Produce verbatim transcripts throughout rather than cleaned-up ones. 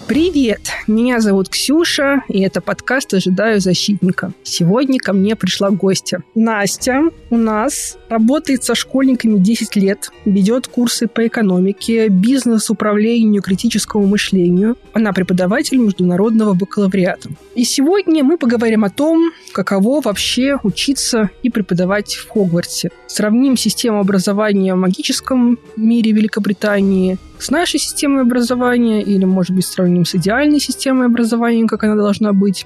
Привет! Меня зовут Ксюша, и это подкаст «Ожидаю защитника». Сегодня ко мне пришла гостья. Настя у нас работает со школьниками десять лет, ведет курсы по экономике, бизнес-управлению, критическому мышлению. Она преподаватель международного бакалавриата. И сегодня мы поговорим о том, каково вообще учиться и преподавать в Хогвартсе. Сравним систему образования в магическом мире Великобритании с нашей системой образования, или, может быть, сравним с идеальной системой образования, как она должна быть.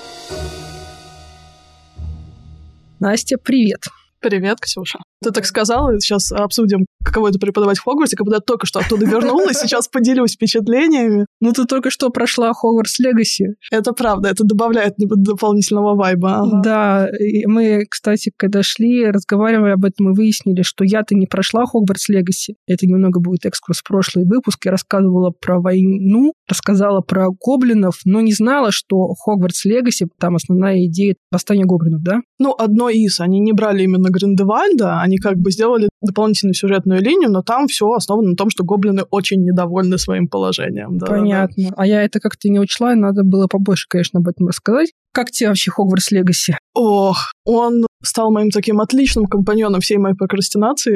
Настя, привет. Привет, Ксюша. Ты так сказала, сейчас обсудим, каково это преподавать в Хогвартсе, как будто я только что оттуда вернулась, сейчас поделюсь впечатлениями. Ну, ты только что прошла Хогвартс Легаси. Это правда, это добавляет дополнительного вайба. Ага. Да, и мы, кстати, когда шли, разговаривали об этом и выяснили, что я-то не прошла Хогвартс Легаси. Это немного будет экскурс в прошлый выпуск. Я рассказывала про войну, рассказала про гоблинов, но не знала, что Хогвартс Легаси, там основная идея восстания гоблинов, да? Ну, одно из. Они не брали именно Гриндевальда, они как бы сделали дополнительную сюжетную линию, но там все основано на том, что гоблины очень недовольны своим положением. Да, понятно. Да. А я это как-то не учла, и надо было побольше, конечно, об этом рассказать. Как тебе вообще Хогвартс Легаси? Ох, он стал моим таким отличным компаньоном всей моей прокрастинации.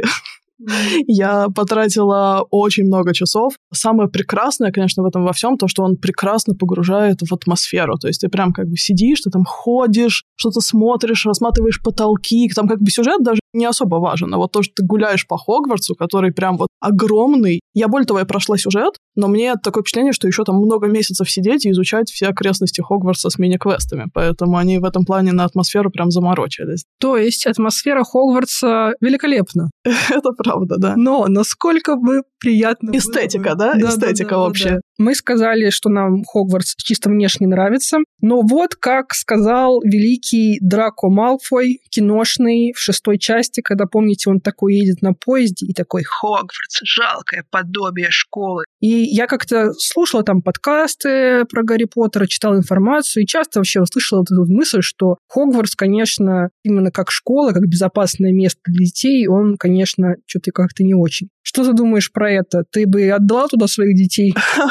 Я потратила очень много часов. Самое прекрасное, конечно, в этом во всем, то, что он прекрасно погружает в атмосферу. То есть ты прям как бы сидишь, ты там ходишь, что-то смотришь, рассматриваешь потолки. Там как бы сюжет даже не особо важен. А вот то, что ты гуляешь по Хогвартсу, который прям вот огромный. Я, более того, я прошла сюжет, но мне такое впечатление, что еще там много месяцев сидеть и изучать все окрестности Хогвартса с мини-квестами. Поэтому они в этом плане на атмосферу прям заморочились. То есть атмосфера Хогвартса великолепна. Это правда, да. Но насколько бы приятно Эстетика, было бы... да? да? Эстетика да, да, вообще. Да, да. Мы сказали, что нам Хогвартс чисто внешне нравится, но вот как сказал великий Драко Малфой, киношный, в шестой части, когда, помните, он такой едет на поезде и такой: «Хогвартс — жалкое подобие школы». И я как-то слушала там подкасты про Гарри Поттера, читала информацию и часто вообще услышала вот эту мысль, что Хогвартс, конечно, именно как школа, как безопасное место для детей, он, конечно, что-то как-то не очень. Что ты думаешь про это? Ты бы отдала туда своих детей?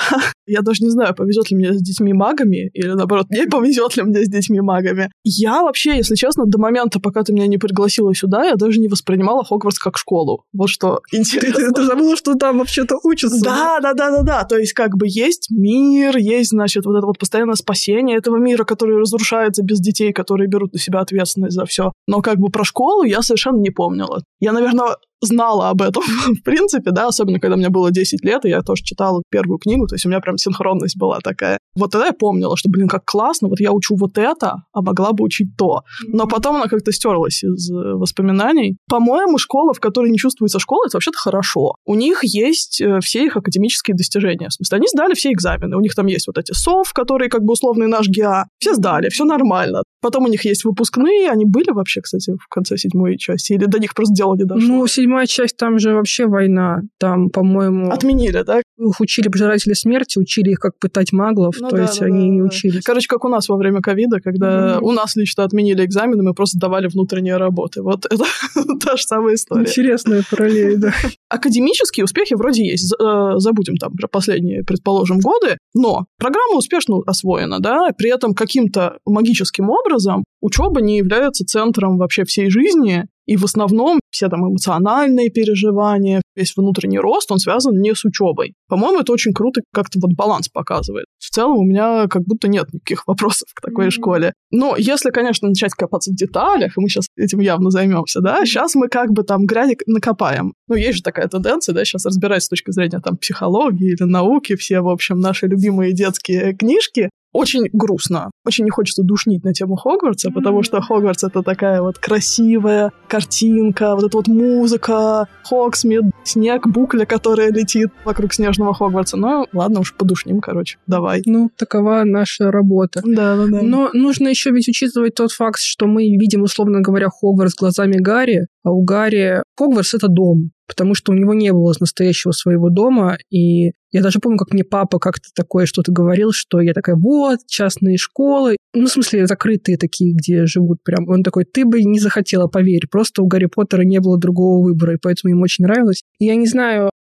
Я даже не знаю, повезет ли мне с детьми-магами, или, наоборот, не повезет ли мне с детьми-магами. Я вообще, если честно, до момента, пока ты меня не пригласила сюда, я даже не воспринимала Хогвартс как школу. Вот что интересно. Ты, ты, ты забыла, что там вообще-то учатся? Да, да, да, да, да. То есть как бы есть мир, есть, значит, вот это вот постоянное спасение этого мира, который разрушается без детей, которые берут на себя ответственность за все. Но как бы про школу я совершенно не помнила. Я, наверное, знала об этом, в принципе, да, особенно когда мне было десять лет, и я тоже читала первую книгу, то есть у меня прям синхронность была такая. Вот тогда я помнила, что, блин, как классно, вот я учу вот это, а могла бы учить то. Но потом она как-то стерлась из воспоминаний. По-моему, школа, в которой не чувствуется школа, это вообще-то хорошо. У них есть все их академические достижения. В смысле, они сдали все экзамены. У них там есть вот эти СОВ, которые как бы условный наш ГИА. Все сдали, все нормально. Потом у них есть выпускные. Они были вообще, кстати, в конце седьмой части? Или до них просто дело не дошло? Ну, седьмая часть, там же вообще война. Там, по-моему... Отменили, да? Их учили пожиратели смерти, учили их, как пытать маглов, ну, то да, есть да, они да, не учились. Короче, как у нас во время ковида, когда mm-hmm. у нас лично отменили экзамены, мы просто давали внутренние работы. Вот это та же самая история. Интересная параллель, да. Академические успехи вроде есть. Забудем там про последние, предположим, годы, но программа успешно освоена, да, при этом каким-то магическим образом учеба не является центром вообще всей жизни, и в основном все там эмоциональные переживания, весь внутренний рост, он связан не с учебой. По-моему, это очень круто, как-то вот баланс показывает. В целом у меня как будто нет никаких вопросов к такой mm-hmm. школе. Но если, конечно, начать копаться в деталях, и мы сейчас этим явно займемся, да, mm-hmm. сейчас мы как бы там грязь накопаем. Ну, есть же такая тенденция, да, сейчас разбирать с точки зрения там психологии или науки, все, в общем, наши любимые детские книжки. Очень грустно. Очень не хочется душнить на тему Хогвартса, mm-hmm. потому что Хогвартс — это такая вот красивая картинка, вот эта вот музыка, Хогсмит, снег, букля, которая летит вокруг снежного Хогвартса. Ну, ладно уж, подушним, короче, давай. Ну, такова наша работа. Да-да-да. Но нужно еще ведь учитывать тот факт, что мы видим, условно говоря, Хогвартс глазами Гарри, а у Гарри Хогвартс — это дом. Потому что у него не было настоящего своего дома, и я даже помню, как мне папа как-то такое что-то говорил, что я такая: вот, частные школы, ну, в смысле, закрытые такие, где живут прям. Он такой: ты бы не захотела, поверь, просто у Гарри Поттера не было другого выбора, и поэтому ему очень нравилось. И я не знаю,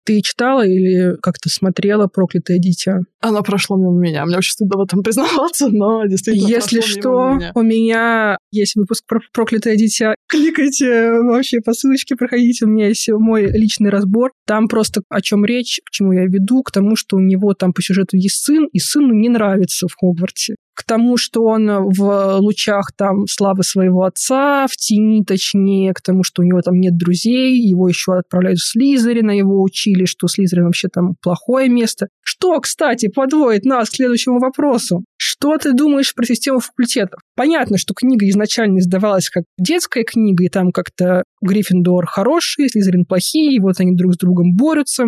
Ты читала или как-то смотрела «Проклятое дитя»? Она прошла мимо меня. Мне очень стыдно в этом признаваться, но действительно Если прошло что, мимо меня. У меня есть выпуск про «Проклятое дитя». Кликайте вообще по ссылочке, проходите. У меня есть мой личный разбор. Там просто о чем речь, к чему я веду, к тому, что у него там по сюжету есть сын, и сыну не нравится в Хогвартсе. К тому, что он в лучах там славы своего отца, в тени точнее, к тому, что у него там нет друзей, его еще отправляют в Слизерин, его учили, что Слизерин вообще там плохое место. Что, кстати, подводит нас к следующему вопросу. Что ты думаешь про систему факультетов? Понятно, что книга изначально издавалась как детская книга, и там как-то Гриффиндор хороший, Слизерин плохие, и вот они друг с другом борются.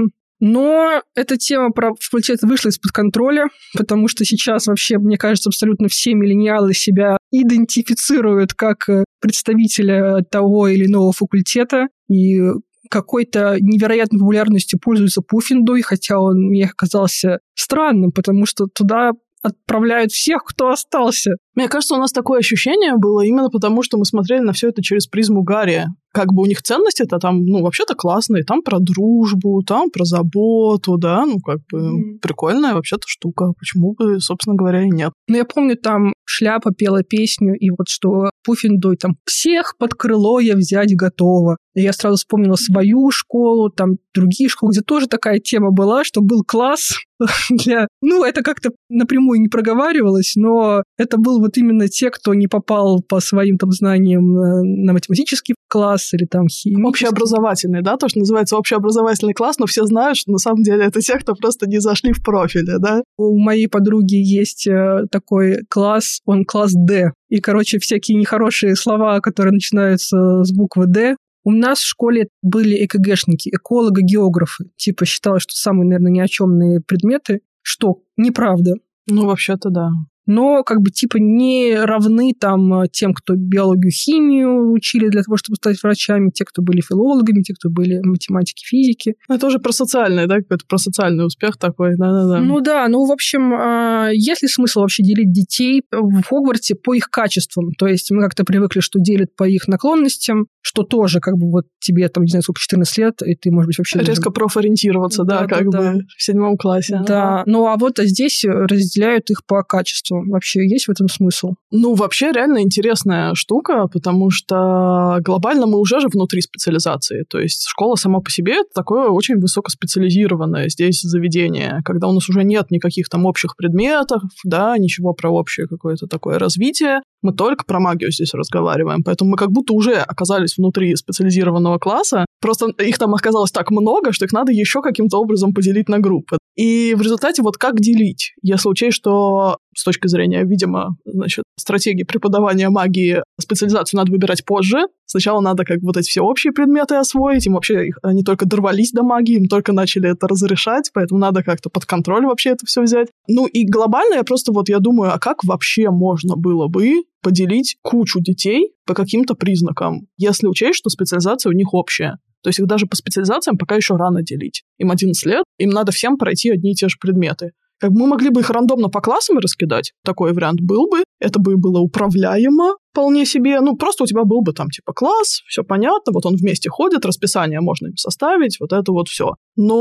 Но эта тема про факультет вышла из-под контроля, потому что сейчас вообще, мне кажется, абсолютно все миллениалы себя идентифицируют как представителя того или иного факультета, и какой-то невероятной популярностью пользуется Пуффендуй, хотя он мне казался странным, потому что туда отправляют всех, кто остался. Мне кажется, у нас такое ощущение было именно потому, что мы смотрели на все это через призму Гарри. Как бы у них ценности-то там, ну, вообще-то классные. Там про дружбу, там про заботу, да, ну, как бы mm. прикольная вообще-то штука. Почему бы, собственно говоря, и нет. Ну, я помню, там Шляпа пела песню, и вот что Пуффендуй там «Всех под крыло я взять готова». И я сразу вспомнила свою школу, там другие школы, где тоже такая тема была, что был класс для... Ну, это как-то напрямую не проговаривалось, но это был вот именно те, кто не попал по своим там знаниям на математический класс или там химический. Общеобразовательный, да? То, что называется общеобразовательный класс, но все знают, что на самом деле это те, кто просто не зашли в профиле, да? У моей подруги есть такой класс, он класс Д. И, короче, всякие нехорошие слова, которые начинаются с буквы Д. У нас в школе были ЭКГшники, эколого-географы. Типа считалось, что самые, наверное, ни о чёмные предметы, что неправда. Ну, вообще-то да. Но как бы типа не равны там тем, кто биологию, химию учили для того, чтобы стать врачами, те, кто были филологами, те, кто были математики, физики. Это уже про социальный, да, какой-то про социальный успех такой, да-да-да. Ну да, ну в общем, есть ли смысл вообще делить детей в Хогвартсе по их качествам? То есть мы как-то привыкли, что делят по их наклонностям, что тоже как бы вот тебе там, не знаю, сколько, четырнадцать лет, и ты, может быть, вообще... Резко даже... профориентироваться, да, да как да, бы да. в седьмом классе. Да, ну а вот здесь разделяют их по качеству. Вообще есть в этом смысл? Ну, вообще реально интересная штука, потому что глобально мы уже же внутри специализации. То есть школа сама по себе — это такое очень высокоспециализированное здесь заведение, когда у нас уже нет никаких там общих предметов, да, ничего про общее какое-то такое развитие. Мы только про магию здесь разговариваем. Поэтому мы как будто уже оказались внутри специализированного класса. Просто их там оказалось так много, что их надо еще каким-то образом поделить на группы. И в результате вот как делить? Если учесть, что с точки зрения, видимо, значит, стратегии преподавания магии специализацию надо выбирать позже. Сначала надо как бы вот эти все общие предметы освоить. Им вообще их, они только дорвались до магии, им только начали это разрешать, поэтому надо как-то под контроль вообще это все взять. Ну и глобально я просто вот я думаю, а как вообще можно было бы поделить кучу детей по каким-то признакам, если учесть, что специализация у них общая. То есть их даже по специализациям пока еще рано делить. Им одиннадцать лет, им надо всем пройти одни и те же предметы. Как бы мы могли бы их рандомно по классам раскидать, такой вариант был бы, это бы было управляемо вполне себе, ну, просто у тебя был бы там типа класс, все понятно, вот он вместе ходит, расписание можно им составить, вот это вот все.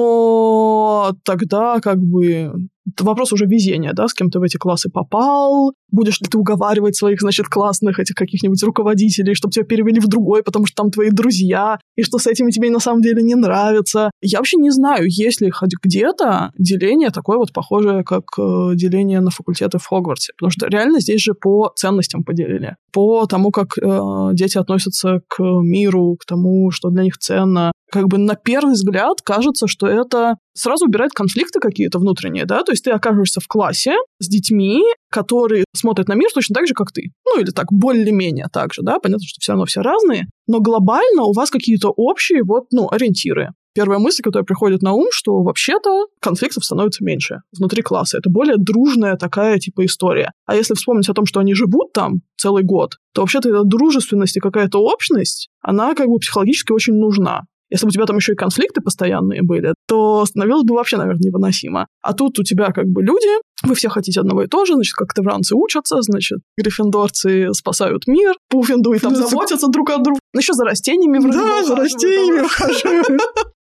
Но тогда как бы вопрос уже везения, да, с кем ты в эти классы попал, будешь ли ты уговаривать своих, значит, классных этих каких-нибудь руководителей, чтобы тебя перевели в другой, потому что там твои друзья, и что с этими тебе на самом деле не нравится. Я вообще не знаю, есть ли хоть где-то деление такое вот похожее, как э, деление на факультеты в Хогвартсе, потому что реально здесь же по ценностям поделили, по тому, как э, дети относятся к миру, к тому, что для них ценно. Как бы на первый взгляд кажется, что это сразу убирает конфликты какие-то внутренние, да, то есть ты окажешься в классе с детьми, которые смотрят на мир точно так же, как ты. Ну, или так, более-менее так же, да, понятно, что все равно все разные, но глобально у вас какие-то общие вот, ну, ориентиры. Первая мысль, которая приходит на ум, что вообще-то конфликтов становится меньше внутри класса. Это более дружная такая типа история. А если вспомнить о том, что они живут там целый год, то вообще-то эта дружественность и какая-то общность, она как бы психологически очень нужна. Если бы у тебя там еще и конфликты постоянные были, то становилось бы вообще, наверное, невыносимо. А тут у тебя как бы люди, вы все хотите одного и того же, значит, как тавранцы учатся, значит, гриффиндорцы спасают мир, Пуффендуй там заботятся друг о друге. Ну, еще за растениями вроде Да, за растениями ухаживают.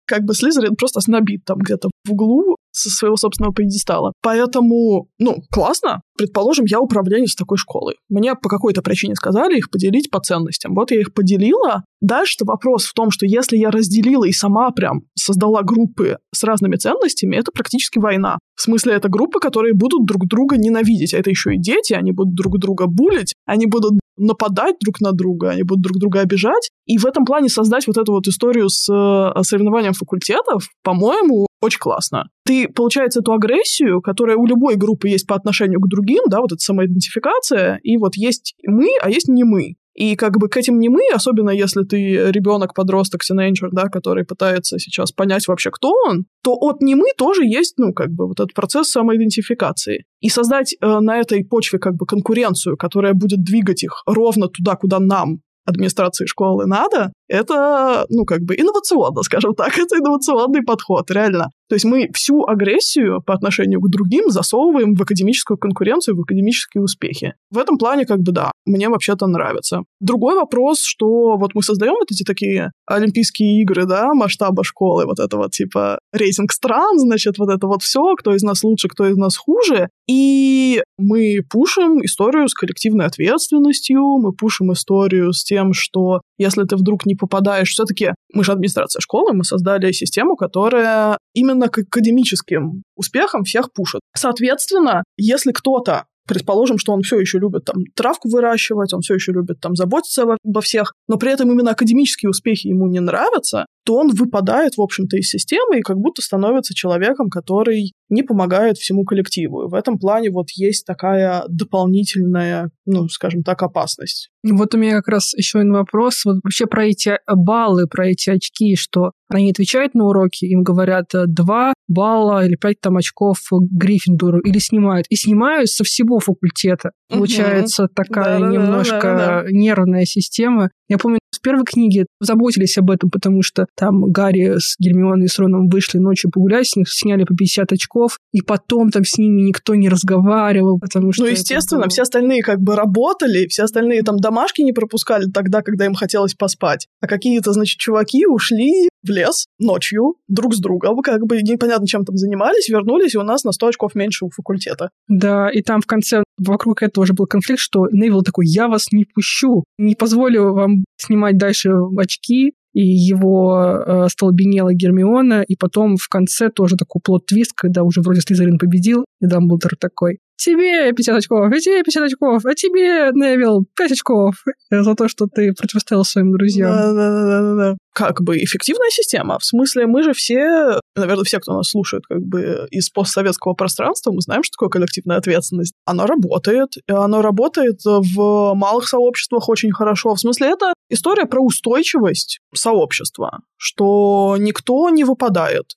как бы Слизерин просто снобит там где-то в углу со своего собственного пьедестала. Поэтому, ну, классно. Предположим, я управленец такой школы. Мне по какой-то причине сказали их поделить по ценностям. Вот я их поделила. Дальше вопрос в том, что если я разделила и сама прям создала группы с разными ценностями, это практически война. В смысле, это группы, которые будут друг друга ненавидеть. А это еще и дети, они будут друг друга булить, они будут нападать друг на друга, они будут друг друга обижать. И в этом плане создать вот эту вот историю с соревнованием факультетов, по-моему, очень классно. Ты, получается, эту агрессию, которая у любой группы есть по отношению к другим, да, вот эта самоидентификация, и вот есть мы, а есть не мы. И как бы к этим не мы, особенно если ты ребенок, подросток, тинейджер, да, который пытается сейчас понять вообще, кто он, то от не мы тоже есть, ну, как бы вот этот процесс самоидентификации. И создать э, на этой почве как бы конкуренцию, которая будет двигать их ровно туда, куда нам, администрации школы, надо, это, ну, как бы инновационно, скажем так, это инновационный подход, реально. То есть мы всю агрессию по отношению к другим засовываем в академическую конкуренцию, в академические успехи. В этом плане, как бы, да, мне вообще-то нравится. Другой вопрос, что вот мы создаем вот эти такие олимпийские игры, да, масштаба школы, вот это вот, типа, рейтинг стран, значит, вот это вот все, кто из нас лучше, кто из нас хуже, и мы пушим историю с коллективной ответственностью, мы пушим историю с тем, что если ты вдруг не попадаешь, все-таки мы же администрация школы, мы создали систему, которая именно к академическим успехам всех пушит. Соответственно, если кто-то, предположим, что он все еще любит там травку выращивать, он все еще любит там заботиться обо всех, но при этом именно академические успехи ему не нравятся, то он выпадает, в общем-то, из системы и как будто становится человеком, который не помогает всему коллективу. И в этом плане вот есть такая дополнительная, ну, скажем так, опасность. Вот у меня как раз еще один вопрос. Вот вообще про эти баллы, про эти очки, что они отвечают на уроки, им говорят два балла или пять там очков Гриффиндору, или снимают. И снимают со всего факультета. Угу. Получается такая да, немножко да, да, да. нервная система. Я помню, с первой книги заботились об этом, потому что там Гарри с Гермионой и с Роном вышли ночью погулять, с них сняли по пятьдесят очков, и потом там с ними никто не разговаривал, потому что... Ну, естественно, было... все остальные как бы работали, все остальные там домашки не пропускали тогда, когда им хотелось поспать, а какие-то, значит, чуваки ушли в лес ночью друг с другом, как бы непонятно чем там занимались, вернулись, и у нас на сто очков меньше у факультета. Да, и там в конце вокруг этого уже был конфликт, что Невилл такой: я вас не пущу, не позволю вам снимать дальше очки, и его э, столбенела Гермиона, и потом в конце тоже такой плот-твист, когда уже вроде Слизерин победил, и Дамблдор такой: тебе пятьдесят очков, а тебе пятьдесят очков, а тебе, Невилл, пять очков за то, что ты противостоял своим друзьям. Да-да-да. Как бы эффективная система. В смысле, мы же все, наверное, все, кто нас слушает как бы из постсоветского пространства, мы знаем, что такое коллективная ответственность. Она работает. И она работает в малых сообществах очень хорошо. В смысле, это история про устойчивость сообщества, что никто не выпадает.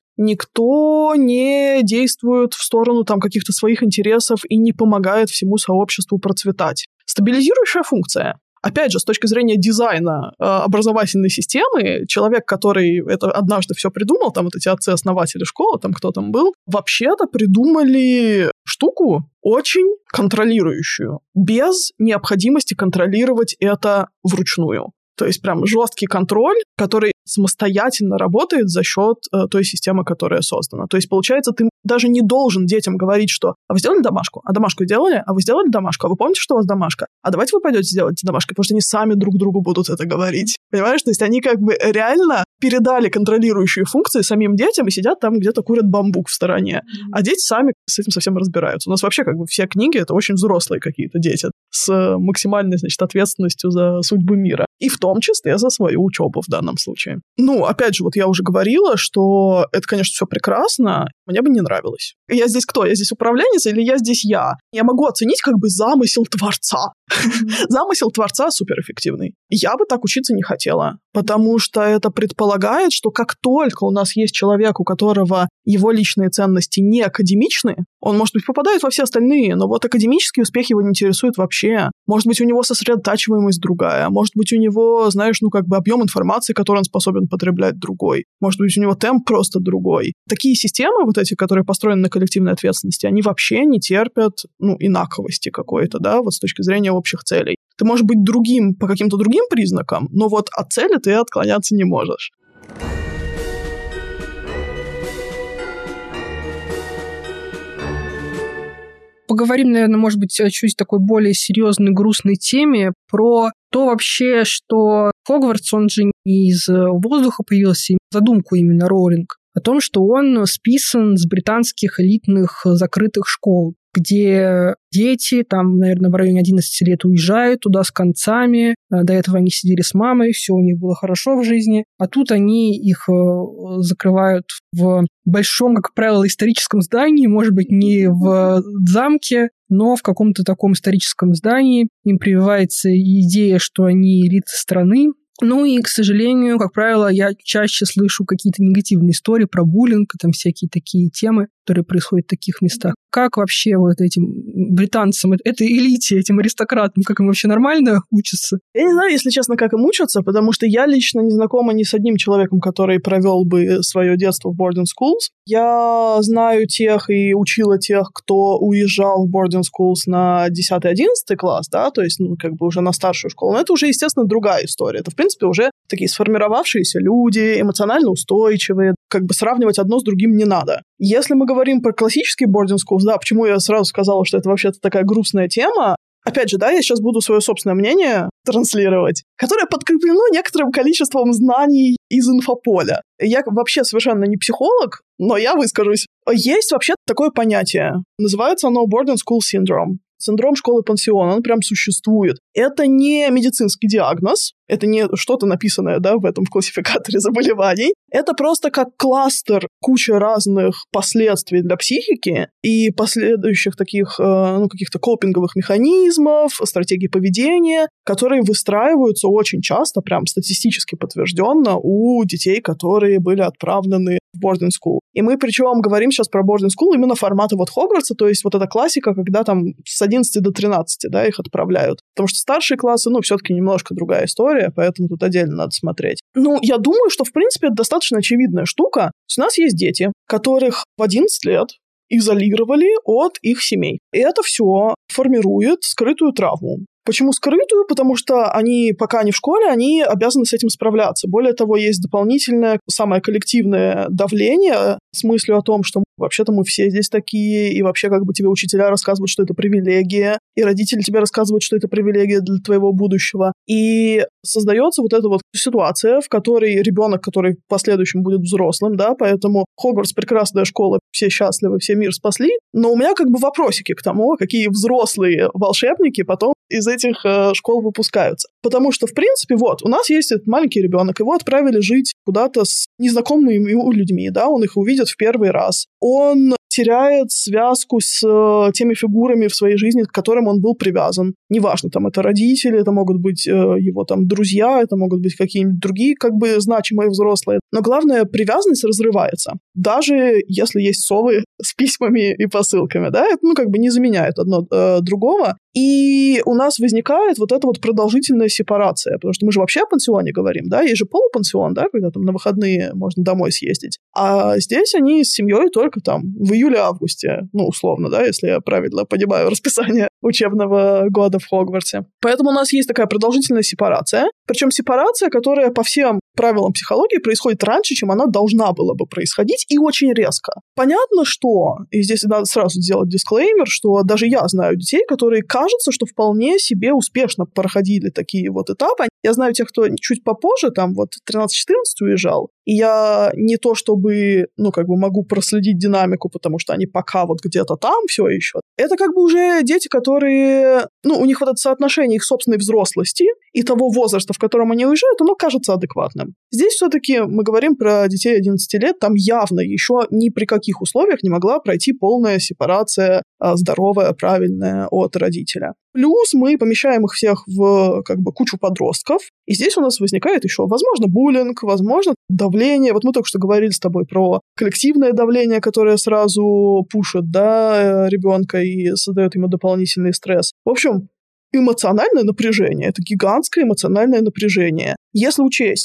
Никто не действует в сторону там каких-то своих интересов и не помогает всему сообществу процветать. Стабилизирующая функция. Опять же, с точки зрения дизайна э, образовательной системы, человек, который это однажды все придумал, там вот эти отцы-основатели школы, там кто там был, вообще-то придумали штуку очень контролирующую, без необходимости контролировать это вручную. То есть прям жесткий контроль, который самостоятельно работает за счет э, той системы, которая создана. То есть, получается, ты даже не должен детям говорить, что «а вы сделали домашку? А домашку сделали? А вы сделали домашку? А вы помните, что у вас домашка? А давайте вы пойдете сделать домашку», потому что они сами друг другу будут это говорить. Понимаешь? То есть они как бы реально передали контролирующие функции самим детям и сидят там где-то курят бамбук в стороне. Mm-hmm. А дети сами с этим совсем разбираются. У нас вообще как бы все книги — это очень взрослые какие-то дети с максимальной, значит, ответственностью за судьбу мира. И в том числе за свою учебу в данном случае. Ну, опять же, вот я уже говорила, что это, конечно, все прекрасно, мне бы не нравилось. Я здесь кто? Я здесь управленец или я здесь я? Я могу оценить как бы замысел Творца. Замысел Творца суперэффективный. Я бы так учиться не хотела, потому что это предполагает, что как только у нас есть человек, у которого его личные ценности не академичны, он, может быть, попадает во все остальные, но вот академический успех его не интересует вообще. Может быть, у него сосредотачиваемость другая, может быть, у него, знаешь, ну, как бы объем информации, который он способен потреблять, другой. Может быть, у него темп просто другой. Такие системы, вот эти, которые построены на коллективной ответственности, они вообще не терпят, ну, инаковости какой-то, да, вот с точки зрения общих целей. Ты можешь быть другим по каким-то другим признакам, но вот от цели ты отклоняться не можешь. Поговорим, наверное, может быть, о чуть такой более серьезной, грустной теме, про то вообще, что Хогвартс, он же не из воздуха появился, задумку именно Роулинг, о том, что он списан с британских элитных закрытых школ, где дети, там, наверное, в районе одиннадцати лет уезжают туда с концами. До этого они сидели с мамой, все у них было хорошо в жизни. А тут они их закрывают в большом, как правило, историческом здании, может быть, не в замке, но в каком-то таком историческом здании. Им прививается идея, что они элита страны. Ну и, к сожалению, как правило, я чаще слышу какие-то негативные истории про буллинг, там всякие такие темы, которые происходят в таких местах. Как вообще вот этим британцам, этой элите, этим аристократам, как им вообще нормально учатся? Я не знаю, если честно, как им учатся, потому что я лично не знакома ни с одним человеком, который провел бы свое детство в boarding schools. Я знаю тех и учила тех, кто уезжал в boarding schools на десятый-одиннадцатый класс, да, то есть, ну, как бы уже на старшую школу. Но это уже, естественно, другая история. Это, в принципе, уже такие сформировавшиеся люди, эмоционально устойчивые. Как бы сравнивать одно с другим не надо. Если мы говорим про классические boarding schools, да, почему я сразу сказала, что это вообще-то такая грустная тема, опять же, да, я сейчас буду свое собственное мнение транслировать, которое подкреплено некоторым количеством знаний из инфополя. Я вообще совершенно не психолог, но я выскажусь. Есть вообще такое понятие. Называется оно boarding school syndrome. Синдром школы-пансиона, он прям существует. Это не медицинский диагноз, это не что-то написанное, да, в этом в классификаторе заболеваний. Это просто как кластер, куча разных последствий для психики и последующих таких, э, ну, каких-то копинговых механизмов, стратегий поведения, которые выстраиваются очень часто, прям статистически подтвержденно, у детей, которые были отправлены в boarding school. И мы причем говорим сейчас про boarding school именно формата вот Хогвартса, то есть вот эта классика, когда там с одиннадцати до тринадцати, да, их отправляют. Потому что старшие классы, ну, все-таки немножко другая история, поэтому тут отдельно надо смотреть. Ну, я думаю, что, в принципе, это достаточно очевидная штука. То есть у нас есть дети, которых в одиннадцать лет изолировали от их семей. И это все формирует скрытую травму. Почему скрытую? Потому что они, пока они в школе, они обязаны с этим справляться. Более того, есть дополнительное, самое коллективное давление с мыслью о том, что вообще-то мы все здесь такие, и вообще как бы тебе учителя рассказывают, что это привилегия, и родители тебе рассказывают, что это привилегия для твоего будущего. И создается вот эта вот ситуация, в которой ребенок, который в последующем будет взрослым, да, поэтому Хогвартс прекрасная школа, все счастливы, все мир спасли, но у меня как бы вопросики к тому, какие взрослые волшебники потом из этих э, школ выпускаются. Потому что, в принципе, вот, у нас есть этот маленький ребенок, его отправили жить куда-то с незнакомыми ему людьми, да, он их увидит в первый раз. Он теряет связку с э, теми фигурами в своей жизни, к которым он был привязан. Неважно, там, это родители, это могут быть э, его там друзья, это могут быть какие-нибудь другие, как бы, значимые взрослые. Но главное, привязанность разрывается. Даже если есть совы с письмами и посылками, да, это, ну, как бы не заменяет одно э, другого. И у нас возникает вот эта вот продолжительная сепарация, потому что мы же вообще о пансионе говорим, да, есть же полупансион, да, когда там на выходные можно домой съездить. А здесь они с семьей только там в июле-августе, ну, условно, да, если я правильно понимаю расписание учебного года в Хогвартсе. Поэтому у нас есть такая продолжительная сепарация, причем сепарация, которая по всем правилам психологии происходит раньше, чем она должна была бы происходить, и очень резко. Понятно, что, и здесь надо сразу сделать дисклеймер, что даже я знаю детей, которые, кажется, что вполне себе успешно проходили такие вот этапы. Я знаю тех, кто чуть попозже, там вот тринадцать-четырнадцать уезжал, и я не то чтобы, ну, как бы могу проследить динамику, потому что они пока вот где-то там все еще. Это как бы уже дети, которые, ну, у них вот это соотношение их собственной взрослости и того возраста, в котором они уезжают, оно кажется адекватным. Здесь все-таки мы говорим про детей одиннадцати лет, там явно еще ни при каких условиях не могла пройти полная сепарация а, здоровая, правильная от родителя. Плюс мы помещаем их всех в как бы кучу подростков, и здесь у нас возникает еще, возможно, буллинг, возможно, давление. Вот мы только что говорили с тобой про коллективное давление, которое сразу пушит, да, ребенка и создает ему дополнительный стресс. В общем, эмоциональное напряжение – это гигантское эмоциональное напряжение. Если учесть,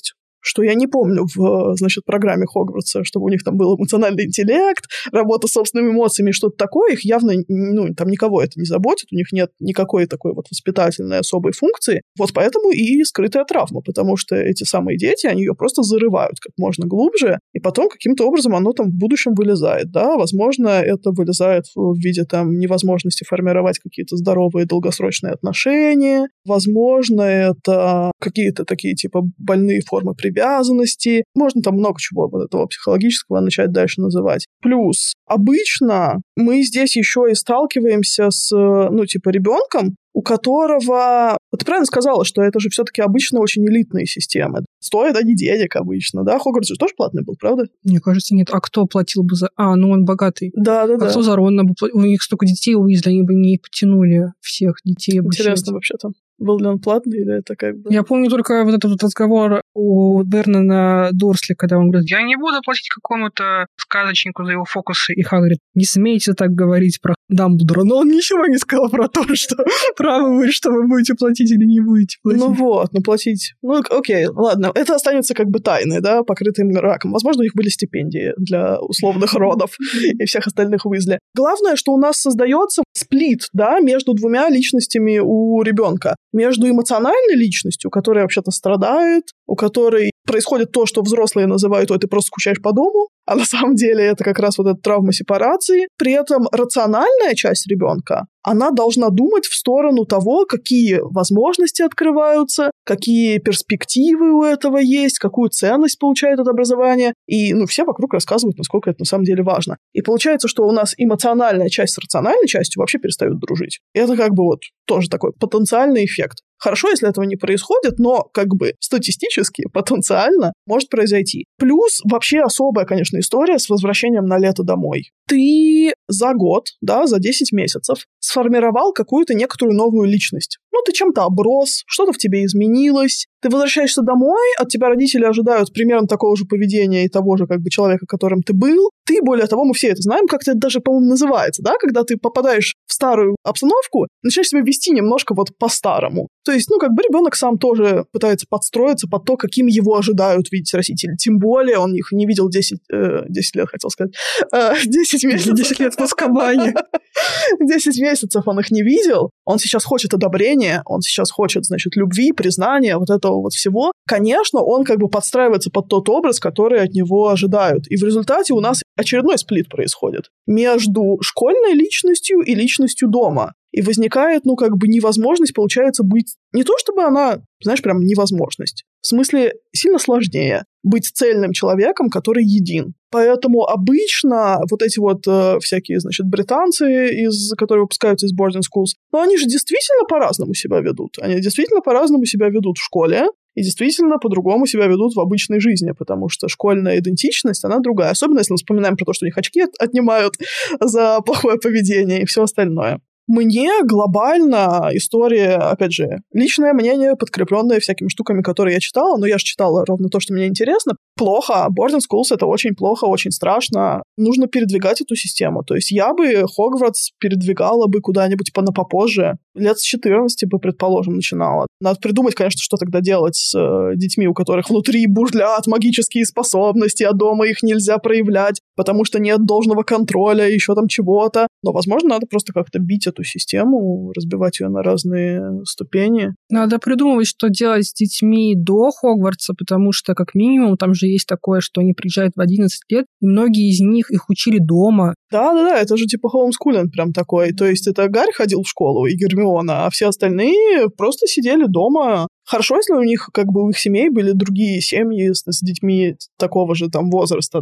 что я не помню в, значит, программе Хогвартса, чтобы у них там был эмоциональный интеллект, работа с собственными эмоциями, что-то такое. Их явно, ну, там никого это не заботит, у них нет никакой такой вот воспитательной особой функции. Вот поэтому и скрытая травма, потому что эти самые дети, они ее просто зарывают как можно глубже, и потом каким-то образом оно там в будущем вылезает, да. Возможно, это вылезает в виде там невозможности формировать какие-то здоровые долгосрочные отношения. Возможно, это какие-то такие типа больные формы привязанности. Можно там много чего вот этого психологического начать дальше называть. Плюс обычно мы здесь еще и сталкиваемся с, ну, типа, ребенком, у которого... Вот ты правильно сказала, что это же все-таки обычно очень элитные системы. Стоят они денег обычно, да? Хогвартс же тоже платный был, правда? Мне кажется, нет. А кто платил бы за... А, ну он богатый. Да-да-да. А кто за Рона бы платил? У них столько детей увезли, они бы не потянули всех детей обучать. Интересно вообще-то. Был ли он платный или это как бы... Я помню только вот этот вот разговор у Вернона Дурсли, когда он говорит, я не буду платить какому-то сказочнику за его фокусы. И Хагрид, не смейте так говорить про Дамблдора. Но он ничего не сказал про то, что правы вы, что вы будете платить или не будете платить. Ну вот, ну платить... Ну окей, ладно. Это останется как бы тайной, да, покрытым раком. Возможно, у них были стипендии для условных родов и всех остальных Уизли. Главное, что у нас создается сплит, да, между двумя личностями у ребенка. Между эмоциональной личностью, которая вообще-то страдает, у которой происходит то, что взрослые называют, ой, ты просто скучаешь по дому, а на самом деле это как раз вот эта травма сепарации. При этом рациональная часть ребенка, она должна думать в сторону того, какие возможности открываются, какие перспективы у этого есть, какую ценность получает это образование. И, ну, все вокруг рассказывают, насколько это на самом деле важно. И получается, что у нас эмоциональная часть с рациональной частью вообще перестают дружить. И это как бы вот тоже такой потенциальный эффект. Хорошо, если этого не происходит, но как бы статистически, потенциально может произойти. Плюс вообще особая, конечно, история с возвращением на лето домой. Ты за год, да, за десять месяцев сформировал какую-то некоторую новую личность. Ну, ты чем-то оброс, что-то в тебе изменилось. Ты возвращаешься домой, от тебя родители ожидают примерно такого же поведения и того же как бы человека, которым ты был. Ты, более того, мы все это знаем, как это даже, по-моему, называется, да, когда ты попадаешь в старую обстановку, начинаешь себя вести немножко вот по-старому. То есть, ну, как бы ребенок сам тоже пытается подстроиться под то, каким его ожидают видеть родители. Тем более он их не видел десять, э, десять лет, хотел сказать. Э, десять месяцев. десять лет в Азкабане. десять месяцев он их не видел. Он сейчас хочет одобрения, он сейчас хочет, значит, любви, признания, вот этого вот всего. Конечно, он как бы подстраивается под тот образ, который от него ожидают. И в результате у нас очередной сплит происходит между школьной личностью и личностью дома. И возникает, ну, как бы невозможность, получается, быть... Не то чтобы она, знаешь, прям невозможность. В смысле, сильно сложнее быть цельным человеком, который един. Поэтому обычно вот эти вот э, всякие, значит, британцы, из, которые выпускаются из boarding schools, ну, они же действительно по-разному себя ведут. Они действительно по-разному себя ведут в школе, и действительно по-другому себя ведут в обычной жизни, потому что школьная идентичность, она другая. Особенно, если мы вспоминаем про то, что у них очки отнимают за плохое поведение и все остальное. Мне глобально история, опять же, личное мнение, подкрепленное всякими штуками, которые я читала, но я же читала ровно то, что мне интересно. Плохо. Boarding schools — это очень плохо, очень страшно. Нужно передвигать эту систему. То есть я бы Хогвартс передвигала бы куда-нибудь попозже. Лет с четырнадцати бы, предположим, начинала. Надо придумать, конечно, что тогда делать с э, детьми, у которых внутри бурлят магические способности, а дома их нельзя проявлять, потому что нет должного контроля, еще там чего-то. Но, возможно, надо просто как-то бить эту систему, разбивать ее на разные ступени. Надо придумывать, что делать с детьми до Хогвартса, потому что, как минимум, там же есть такое, что они приезжают в одиннадцать лет, и многие из них их учили дома. Да-да-да, это же типа хоумскулинг прям такой. То есть это Гарри ходил в школу, и Гермиона, а все остальные просто сидели дома. Хорошо, если у них, как бы, у их семей были другие семьи с, с детьми такого же там возраста.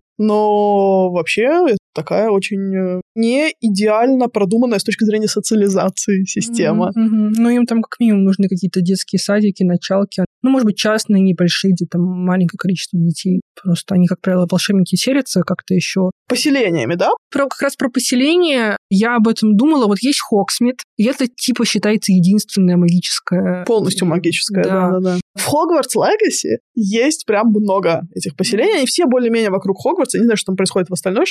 Но вообще это такая очень не идеально продуманная с точки зрения социализации система. Mm-hmm, mm-hmm. Ну, им там как минимум нужны какие-то детские садики, началки. Ну, может быть, частные, небольшие, где там маленькое количество детей. Просто они, как правило, волшебники селятся как-то еще. Поселениями, да? Про, как раз про поселение я об этом думала. Вот есть Хогсмит, и это типа считается единственное магическое. Полностью магическое, да-да-да. В Хогвартс Легаси есть прям много этих поселений. Они все более-менее вокруг Хогвартса. Не знаю, что там происходит в остальной Шотландии.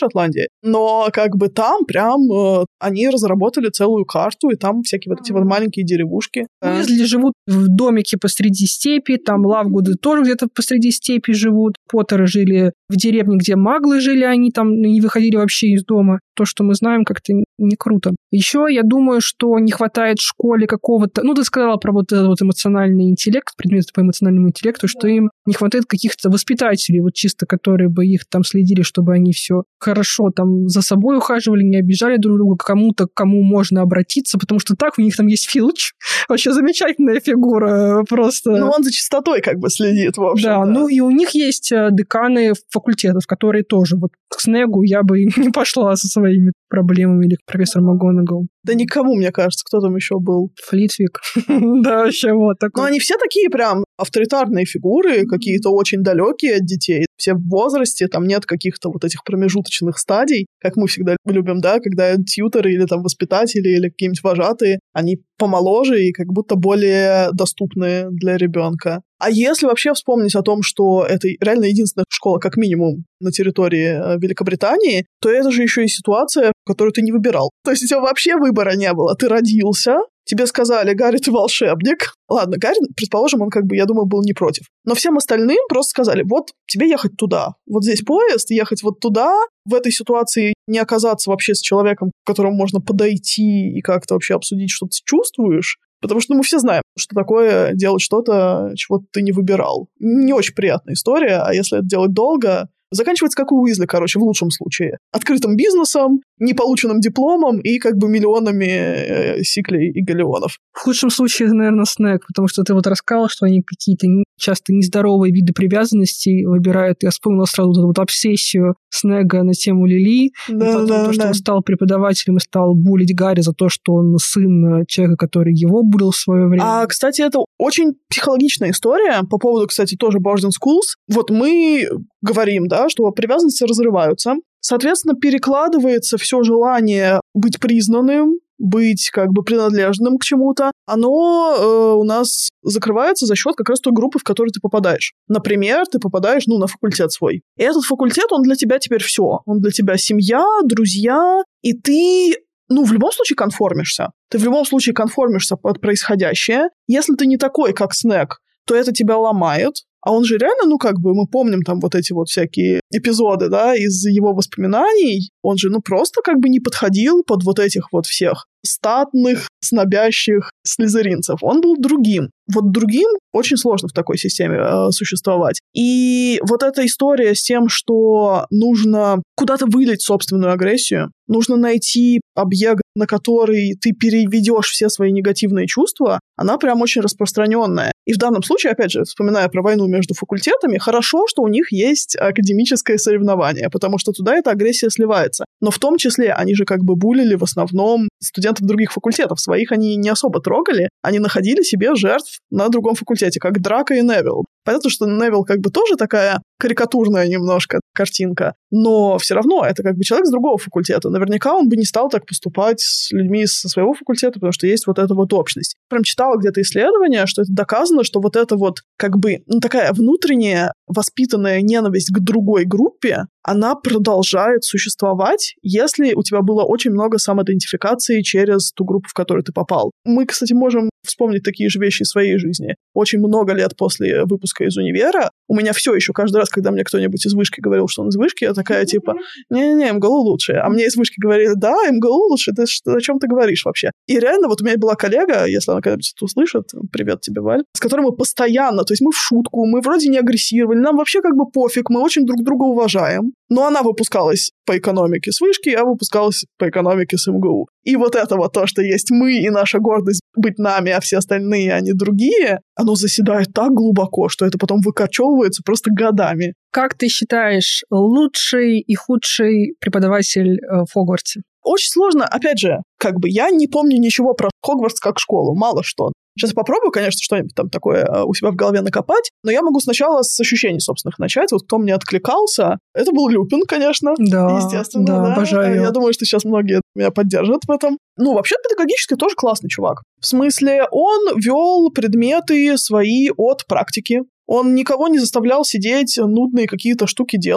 Но как бы там прям э, они разработали целую карту, и там всякие вот эти вот маленькие деревушки. Уизли живут в домике посреди степи, там Лавгуды тоже где-то посреди степи живут. Поттеры жили в деревне, где маглы жили, они там не выходили вообще из дома. То, что мы знаем, как-то не круто. Еще я думаю, что не хватает в школе какого-то... Ну, ты сказала про вот этот вот эмоциональный интеллект, предметы по эмоциональному интеллекту, что им не хватает каких-то воспитателей, вот чисто которые бы их там следили, чтобы они все хорошо там за собой ухаживали, не обижали друг друга, к кому-то, к кому можно обратиться, потому что так у них там есть Филч, вообще замечательная фигура, просто... Ну, он за чистотой как бы следит, в общем. Да, ну и у них есть деканы факультетов, которые тоже вот к Снегу я бы не пошла со своими проблемами или к профессору МакГонагал. Да никому, мне кажется, кто там еще был. Флитвик. Да, вообще вот такой. Но они все такие прям авторитарные фигуры, какие-то очень далекие от детей. Все в возрасте, там нет каких-то вот этих промежуточных стадий, как мы всегда любим, да, когда тьюторы или там воспитатели или какие-нибудь вожатые, они помоложе и как будто более доступны для ребенка. А если вообще вспомнить о том, что это реально единственная школа, как минимум, на территории Великобритании, то это же еще и ситуация, которую ты не выбирал. То есть у тебя вообще выбора не было. Ты родился, тебе сказали: Гарри, ты волшебник. Ладно, Гарри, предположим, он как бы, я думаю, был не против. Но всем остальным просто сказали: вот тебе ехать туда. Вот здесь поезд, ехать вот туда. В этой ситуации не оказаться вообще с человеком, к которому можно подойти и как-то вообще обсудить, что ты чувствуешь. Потому что ну, мы все знаем, что такое делать что-то, чего ты не выбирал. Не очень приятная история, а если это делать долго... Заканчивается как у Уизли, короче, в лучшем случае. Открытым бизнесом, неполученным дипломом и как бы миллионами э, сиклей и галеонов. В худшем случае, наверное, Снег, потому что ты вот рассказала, что они какие-то часто нездоровые виды привязанностей выбирают. Я вспомнила сразу эту вот обсессию Снега на тему Лили. Да, и потом да, то, что да. он стал преподавателем и стал булить Гарри за то, что он сын человека, который его булил в свое время. А, кстати, это очень психологичная история по поводу, кстати, тоже Boarding Schools. Вот мы говорим, да, что привязанности разрываются. Соответственно, перекладывается все желание быть признанным, быть как бы принадлежным к чему-то, оно э, у нас закрывается за счет как раз той группы, в которую ты попадаешь. Например, ты попадаешь, ну, на факультет свой. И этот факультет, он для тебя теперь все. Он для тебя семья, друзья, и ты... Ну, в любом случае конформишься. Ты в любом случае конформишься под происходящее. Если ты не такой, как Снег, то это тебя ломает. А он же реально, ну, как бы, мы помним там вот эти вот всякие эпизоды, да, из его воспоминаний. Он же, ну, просто как бы не подходил под вот этих вот всех статных, снобящих слизеринцев. Он был другим. Вот другим очень сложно в такой системе э, существовать. И вот эта история с тем, что нужно куда-то вылить собственную агрессию, нужно найти объект, на который ты переведешь все свои негативные чувства, она прям очень распространенная. И в данном случае, опять же, вспоминая про войну между факультетами, хорошо, что у них есть академическое соревнование, потому что туда эта агрессия сливается. Но в том числе они же как бы булили в основном студентов других факультетов. Своих они не особо трогали, они находили себе жертв на другом факультете, как Драко и Невилл. Понятно, что Невилл как бы тоже такая карикатурная немножко картинка, но все равно это как бы человек с другого факультета. Наверняка он бы не стал так поступать с людьми со своего факультета, потому что есть вот эта вот общность. Прям читала где-то исследование, что это доказано, что вот эта вот как бы ну, такая внутренняя воспитанная ненависть к другой группе, она продолжает существовать, если у тебя было очень много самоидентификации через ту группу, в которую ты попал. Мы, кстати, можем вспомнить такие же вещи из своей жизни. Очень много лет после выпуска из универа у меня все еще каждый раз, когда мне кто-нибудь из вышки говорил, что он из вышки, я такая типа, не-не-не, МГУ лучше. А мне из вышки говорили, да, МГУ лучше, ты что, о чем ты говоришь вообще? И реально, вот у меня была коллега, если она когда-нибудь это услышит, привет тебе, Валь, с которой мы постоянно, то есть мы в шутку, мы вроде не агрессировали, нам вообще как бы пофиг, мы очень друг друга уважаем. Но она выпускалась по экономике с вышки, я выпускалась по экономике с МГУ. И вот это вот то, что есть мы и наша гордость быть нами, а все остальные, они другие, оно заседает так глубоко, что это потом выкачевывается просто годами. Как ты считаешь, лучший и худший преподаватель в Хогвартсе? Очень сложно. Опять же, как бы я не помню ничего про Хогвартс как школу, мало что. Сейчас я попробую, конечно, что-нибудь там такое у себя в голове накопать, но я могу сначала с ощущений собственных начать. Вот кто мне откликался, это был Люпин, конечно, да, естественно. Да, да, обожаю. Я думаю, что сейчас многие меня поддержат в этом. Ну, вообще, педагогически тоже классный чувак. В смысле, он вел предметы свои от практики. Он никого не заставлял сидеть, нудные какие-то штуки делать.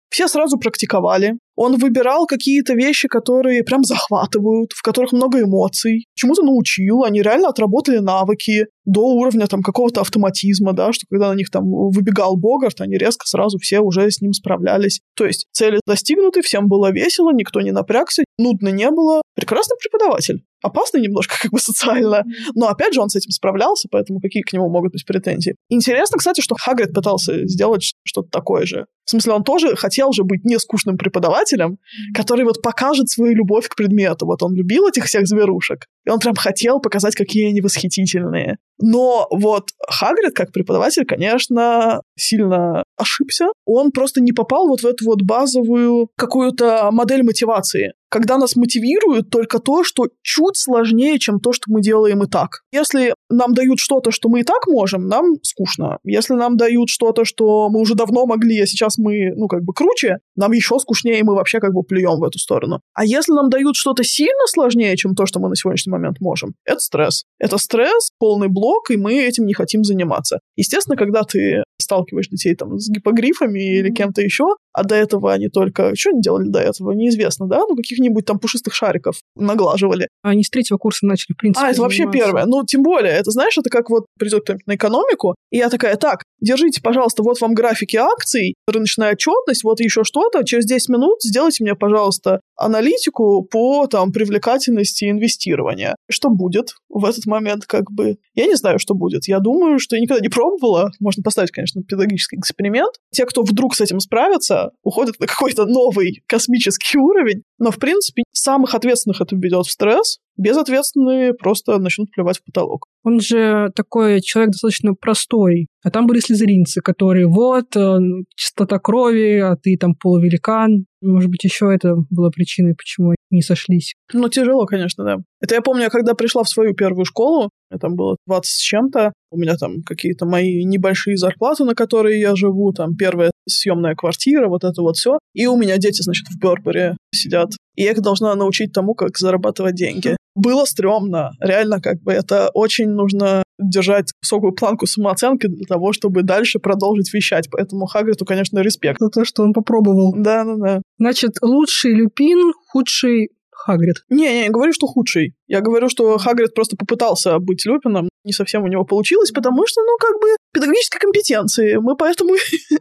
все сразу практиковали. Он выбирал какие-то вещи, которые прям захватывают, в которых много эмоций. Чему-то научил, они реально отработали навыки до уровня там какого-то автоматизма, да, что когда на них там выбегал Богарт, они резко сразу все уже с ним справлялись. То есть цели достигнуты, всем было весело, никто не напрягся, нудно не было. Прекрасный преподаватель. Опасный немножко как бы социально, но опять же он с этим справлялся, поэтому какие к нему могут быть претензии. Интересно, кстати, что Хагрид пытался сделать что-то такое же. В смысле, он тоже хотел же быть не скучным преподавателем, который вот покажет свою любовь к предмету. Вот он любил этих всех зверушек, и он прям хотел показать, какие они восхитительные. Но вот Хагрид, как преподаватель, конечно, сильно ошибся. Он просто не попал вот в эту вот базовую какую-то модель мотивации, когда нас мотивирует только то, что чуть сложнее, чем то, что мы делаем и так. Если нам дают что-то, что мы и так можем, нам скучно. Если нам дают что-то, что мы уже давно могли, а сейчас мы, ну, как бы круче, нам еще скучнее, и мы вообще как бы плюем в эту сторону. А если нам дают что-то сильно сложнее, чем то, что мы на сегодняшний момент можем, это стресс. Это стресс, полный блок, и мы этим не хотим заниматься. Естественно, когда ты сталкиваешь детей там с гиппогрифами mm-hmm. или кем-то еще, а до этого они только... Что они делали до этого? Неизвестно, да? Ну, каких-нибудь там пушистых шариков наглаживали. А они с третьего курса начали, в принципе, А, это заниматься. вообще первое. Ну, тем более, это, знаешь, это как вот придет кто-нибудь на экономику, и я такая, так, держите, пожалуйста, вот вам графики акций, рыночная отчетность, вот еще что-то, через десять минут сделайте мне, пожалуйста, аналитику по там привлекательности инвестирования. Что будет в этот момент, как бы? Я не знаю, что будет. Я думаю, что я никогда не пробовала. Можно поставить, конечно, педагогический эксперимент. Те, кто вдруг с этим справятся, уходят на какой-то новый космический уровень. Но, в принципе, самых ответственных это введет в стресс. Безответственные просто начнут плевать в потолок. Он же такой человек достаточно простой. А там были слизеринцы, которые вот, чистота крови, а ты там полувеликан. Может быть, еще это было причиной, почему они не сошлись. Ну, тяжело, конечно, да. Это я помню, когда пришла в свою первую школу, мне там было двадцать с чем-то, у меня там какие-то мои небольшие зарплаты, на которые я живу, там первая съемная квартира, вот это вот все. И у меня дети, значит, в Бёрбери сидят. И я их должна научить тому, как зарабатывать деньги. Было стрёмно. Реально, как бы, это очень нужно держать высокую планку самооценки для того, чтобы дальше продолжить вещать. Поэтому Хагриду, конечно, респект. За то, что он попробовал. Да-да-да. Значит, лучший Люпин, худший Хагрид. Не, не, не говорю, что худший. Я говорю, что Хагрид просто попытался быть Люпином. Не совсем у него получилось, потому что, ну, как бы, педагогические компетенции. Мы поэтому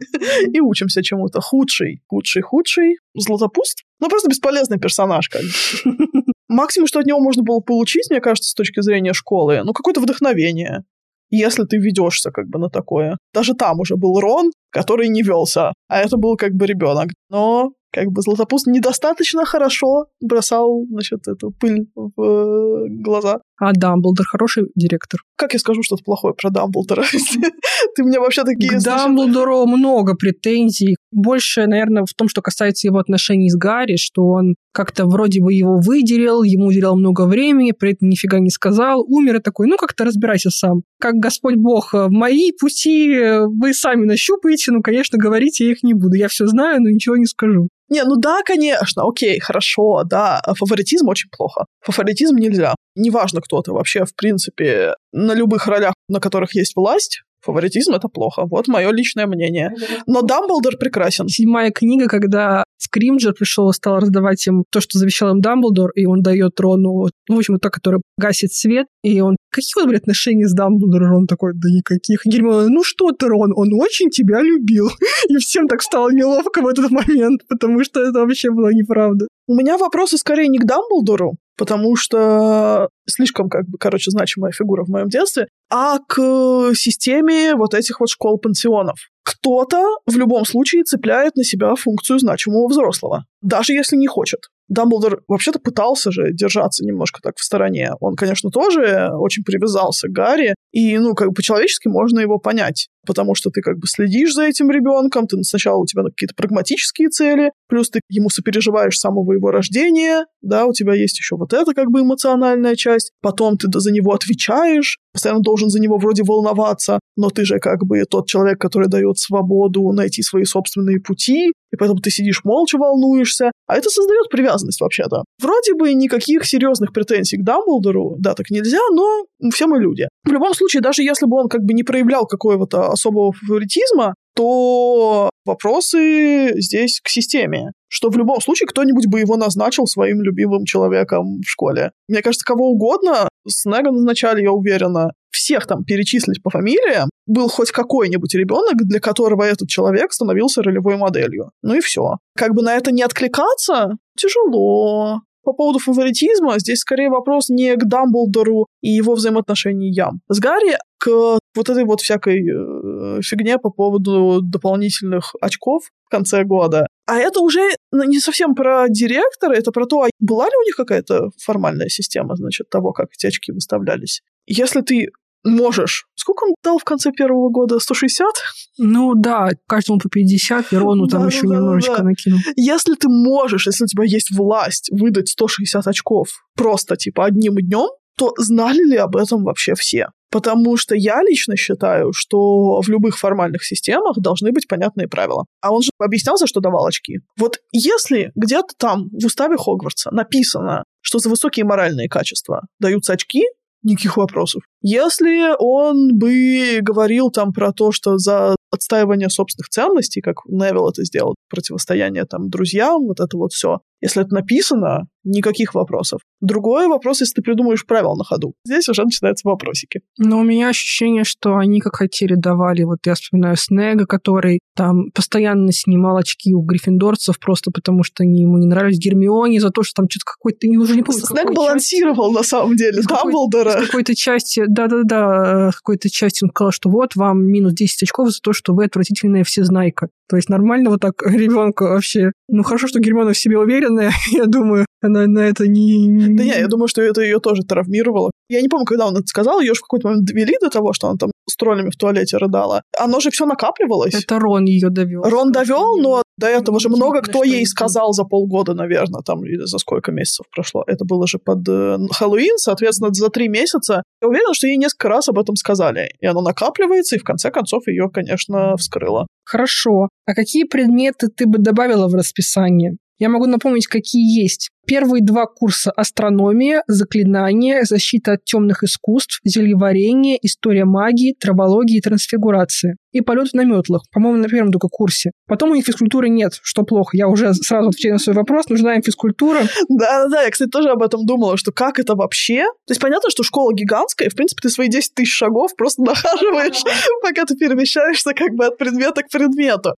и учимся чему-то. Худший, худший, худший. Златопуст. Ну, просто бесполезный персонаж, как бы. Максимум, что от него можно было получить, мне кажется, с точки зрения школы, ну, какое-то вдохновение, если ты ведешься как бы на такое. Даже там уже был Рон, который не велся, а это был как бы ребенок. Но как бы Златопуст недостаточно хорошо бросал, значит, эту пыль в э, глаза. А Дамблдор хороший директор? Как я скажу что-то плохое про Дамблдора? Ты мне вообще такие... К Дамблдору много претензий. Больше, наверное, в том, что касается его отношений с Гарри, что он как-то вроде бы его выделил, ему уделял много времени, при этом нифига не сказал, умер и такой, ну как-то разбирайся сам. Как Господь Бог, мои пути вы сами нащупаете, ну, конечно, говорить я их не буду. Я все знаю, но ничего не скажу. Не, ну да, конечно, окей, хорошо, да. Фаворитизм очень плохо. Фаворитизм нельзя. Неважно, кто ты вообще, в принципе, на любых ролях, на которых есть власть, фаворитизм — это плохо. Вот мое личное мнение. Но Дамблдор прекрасен. Седьмая книга, когда Скримджер пришел и стал раздавать им то, что завещал им Дамблдор, и он дает Рону, ну, в общем, то, которое гасит свет, и он, какие у вас были отношения с Дамблдором? Рон такой, да никаких. И Гермиона, ну что ты, Рон, он очень тебя любил. И всем так стало неловко в этот момент, потому что это вообще была неправда. У меня вопросы скорее не к Дамблдору, потому что слишком, как бы, короче, значимая фигура в моем детстве, а к системе вот этих вот школ-пансионов. Кто-то в любом случае цепляет на себя функцию значимого взрослого, даже если не хочет. Дамблдор вообще-то пытался же держаться немножко так в стороне. Он, конечно, тоже очень привязался к Гарри, и, ну, как бы по-человечески можно его понять, потому что ты как бы следишь за этим ребенком, ты сначала у тебя какие-то прагматические цели, плюс ты ему сопереживаешь с самого его рождения, да, у тебя есть еще вот эта как бы эмоциональная часть, потом ты за него отвечаешь, постоянно должен за него вроде волноваться, но ты же как бы тот человек, который дает свободу найти свои собственные пути, и поэтому ты сидишь молча, волнуешься, а это создает привязанность вообще-то. Вроде бы никаких серьезных претензий к Дамблдору, да, так нельзя, но все мы люди. В любом случае, даже если бы он как бы не проявлял какого-то особого фаворитизма, то вопросы здесь к системе. Что в любом случае кто-нибудь бы его назначил своим любимым человеком в школе. Мне кажется, кого угодно СНЭГа назначали, я уверена. Всех там перечислить по фамилиям. Был хоть какой-нибудь ребенок, для которого этот человек становился ролевой моделью. Ну и все. Как бы на это не откликаться тяжело. По поводу фаворитизма, здесь скорее вопрос не к Дамблдору и его взаимоотношениям с Гарри, к вот этой вот всякой э, фигне по поводу дополнительных очков в конце года. А это уже не совсем про директора, это про то, а была ли у них какая-то формальная система, значит, того, как эти очки выставлялись. Если ты можешь... Сколько он дал в конце первого года? сто шестьдесят? Ну да, каждому по пятьдесят, и Рону там еще немножечко накинул. Если ты можешь, если у тебя есть власть выдать сто шестьдесят очков просто типа одним днем, то знали ли об этом вообще все? Потому что я лично считаю, что в любых формальных системах должны быть понятные правила. А он же объяснял, за что давал очки. Вот если где-то там в уставе Хогвартса написано, что за высокие моральные качества даются очки, никаких вопросов. Если он бы говорил там про то, что за отстаивание собственных ценностей, как Невилл это сделал, противостояние там друзьям, вот это вот все. Если это написано, никаких вопросов. Другой вопрос, если ты придумаешь правила на ходу. Здесь уже начинаются вопросики. Но у меня ощущение, что они как хотели давали. Вот я вспоминаю СНЭГа, который там постоянно снимал очки у гриффиндорцев просто потому, что они ему не нравились. Гермионе за то, что там что-то какой-то... Я уже не помню, СНЭГ балансировал, части, на самом деле, Дамблдора. В какой-то части, да-да-да, в какой-то части он сказал, что вот вам минус десять очков за то, что вы отвратительная всезнайка. То есть нормально вот так ребенку вообще... Ну, хорошо, что Гермиона в себе уверенная, я думаю, она на это не... Да не, я думаю, что это ее тоже травмировало. Я не помню, когда он это сказал, ее же в какой-то момент довели до того, что она там с троллями в туалете рыдала. Оно же все накапливалось. Это Рон ее довел. Рон довел, но до этого же много кто ей сказал за полгода, наверное, там, или за сколько месяцев прошло. Это было же под э, Хэллоуин, соответственно, за три месяца. Я уверена, что ей несколько раз об этом сказали. И оно накапливается, и в конце концов ее, конечно, вскрыло. Хорошо. А какие предметы ты бы добавила в расписание? Я могу напомнить, какие есть. Первые два курса — астрономия, заклинания, защита от темных искусств, зельеварение, история магии, травология и трансфигурация. И полет на метлах, по-моему, на первом только курсе. Потом у них физкультуры нет, что плохо. Я уже сразу отвечаю на свой вопрос, нужна им физкультура. Да-да-да, я, кстати, тоже об этом думала, что как это вообще? То есть понятно, что школа гигантская, и, в принципе, ты свои десять тысяч шагов просто нахаживаешь, пока ты перемещаешься как бы от предмета к предмету.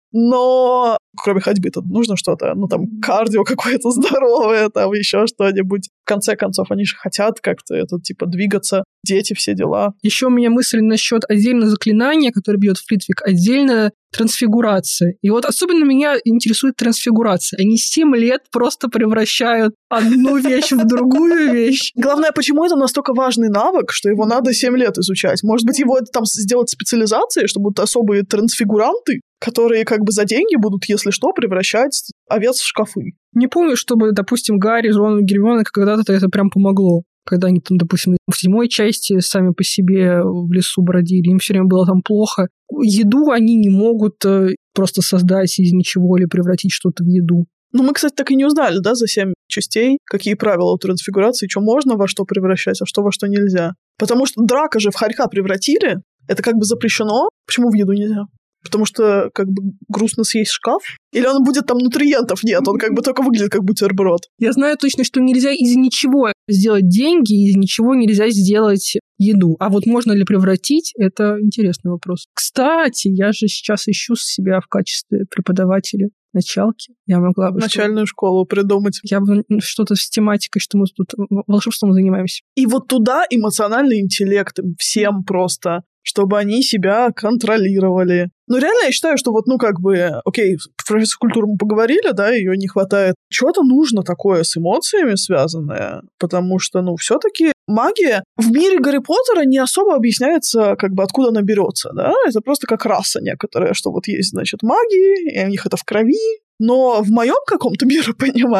Но кроме ходьбы-то нужно что-то, ну там кардио какое-то здоровое, там еще что-нибудь. В конце концов, они же хотят как-то это, типа, двигаться, дети, все дела. Еще у меня мысль насчет отдельно заклинания, которое бьет Флитвик, отдельно трансфигурация. И вот особенно меня интересует трансфигурация. Они семь лет просто превращают одну вещь в другую вещь. Главное, почему это настолько важный навык, что его надо семь лет изучать? Может быть, его там сделать специализацией, что будут особые трансфигуранты, которые как бы за деньги будут, если что, превращать овец в шкафы. Не помню, чтобы, допустим, Гарри, Рон и Гермиона когда-то это прям помогло. Когда они там, допустим, в седьмой части сами по себе в лесу бродили, им все время было там плохо. Еду они не могут просто создать из ничего или превратить что-то в еду. Ну, мы, кстати, так и не узнали, да, за семь частей, какие правила у трансфигурации, что можно во что превращать, а что во что нельзя. Потому что Драка же в хорька превратили, это как бы запрещено. Почему в еду нельзя? Потому что как бы грустно съесть шкаф? Или он будет там нутриентов нет, он как бы только выглядит как бутерброд? Я знаю точно, что нельзя из ничего сделать деньги, из ничего нельзя сделать еду. А вот можно ли превратить, это интересный вопрос. Кстати, я же сейчас ищу себя в качестве преподавателя началки. Я могла бы... Начальную что... школу придумать. Я бы что-то с тематикой, что мы тут волшебством занимаемся. И вот туда эмоциональный интеллект им всем просто, чтобы они себя контролировали. Ну, реально, я считаю, что вот, ну, как бы, окей, про физкультуру мы поговорили, да, ее не хватает. Чего-то нужно такое с эмоциями связанное, потому что, ну, все-таки магия в мире Гарри Поттера не особо объясняется, как бы, откуда она берется, да, это просто как раса некоторая, что вот есть, значит, магия, и у них это в крови. Но в моем каком-то миропонимании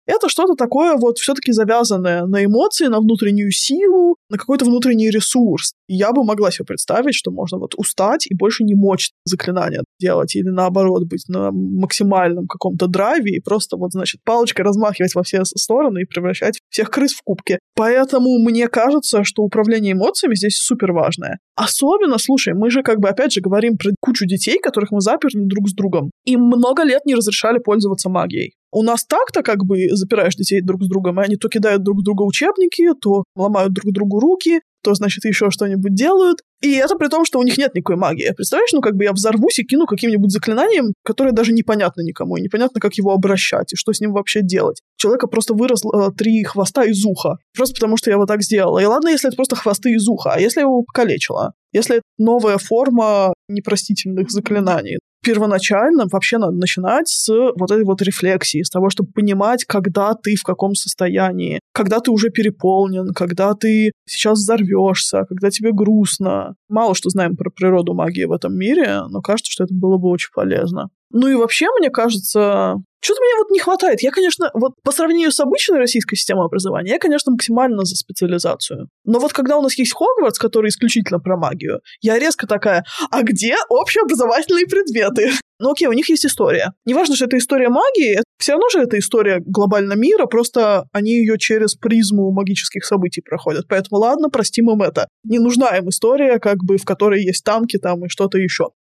Это что-то такое вот все-таки завязанное на эмоции, на внутреннюю силу, на какой-то внутренний ресурс. И я бы могла себе представить, что можно вот устать и больше не мочь заклинания делать, или наоборот быть на максимальном каком-то драйве и просто вот, значит, палочкой размахивать во все стороны и превращать всех крыс в кубки. Поэтому мне кажется, что управление эмоциями здесь супер важное. Особенно, слушай, мы же как бы опять же говорим про кучу детей, которых мы заперли друг с другом. Им много лет не разрешали пользоваться магией. У нас так-то как бы запираешь детей друг с другом, и они то кидают друг друга учебники, то ломают друг другу руки, то, значит, еще что-нибудь делают. И это при том, что у них нет никакой магии. Представляешь, ну как бы я взорвусь и кину каким-нибудь заклинанием, которое даже непонятно никому, и непонятно, как его обращать, и что с ним вообще делать. У человека просто выросло три хвоста из уха. Просто потому, что я вот так сделала. И ладно, если это просто хвосты из уха, а если я его покалечила? Если это новая форма непростительных заклинаний? Первоначально вообще надо начинать с вот этой вот рефлексии, с того, чтобы понимать, когда ты в каком состоянии, когда ты уже переполнен, когда ты сейчас взорвешься, когда тебе грустно. Мало что знаем про природу магии в этом мире, но кажется, что это было бы очень полезно. Ну и вообще, мне кажется, что-то мне вот не хватает. Я, конечно, вот по сравнению с обычной российской системой образования, я, конечно, максимально за специализацию. Но вот когда у нас есть Хогвартс, который исключительно про магию, я резко такая, а где общеобразовательные предметы? Ну окей, у них есть история. Неважно, что это история магии, все равно же это история глобального мира, просто они ее через призму магических событий проходят. Поэтому ладно, простим им это. Не нужна им история, как бы, в которой есть танки там и что-то еще.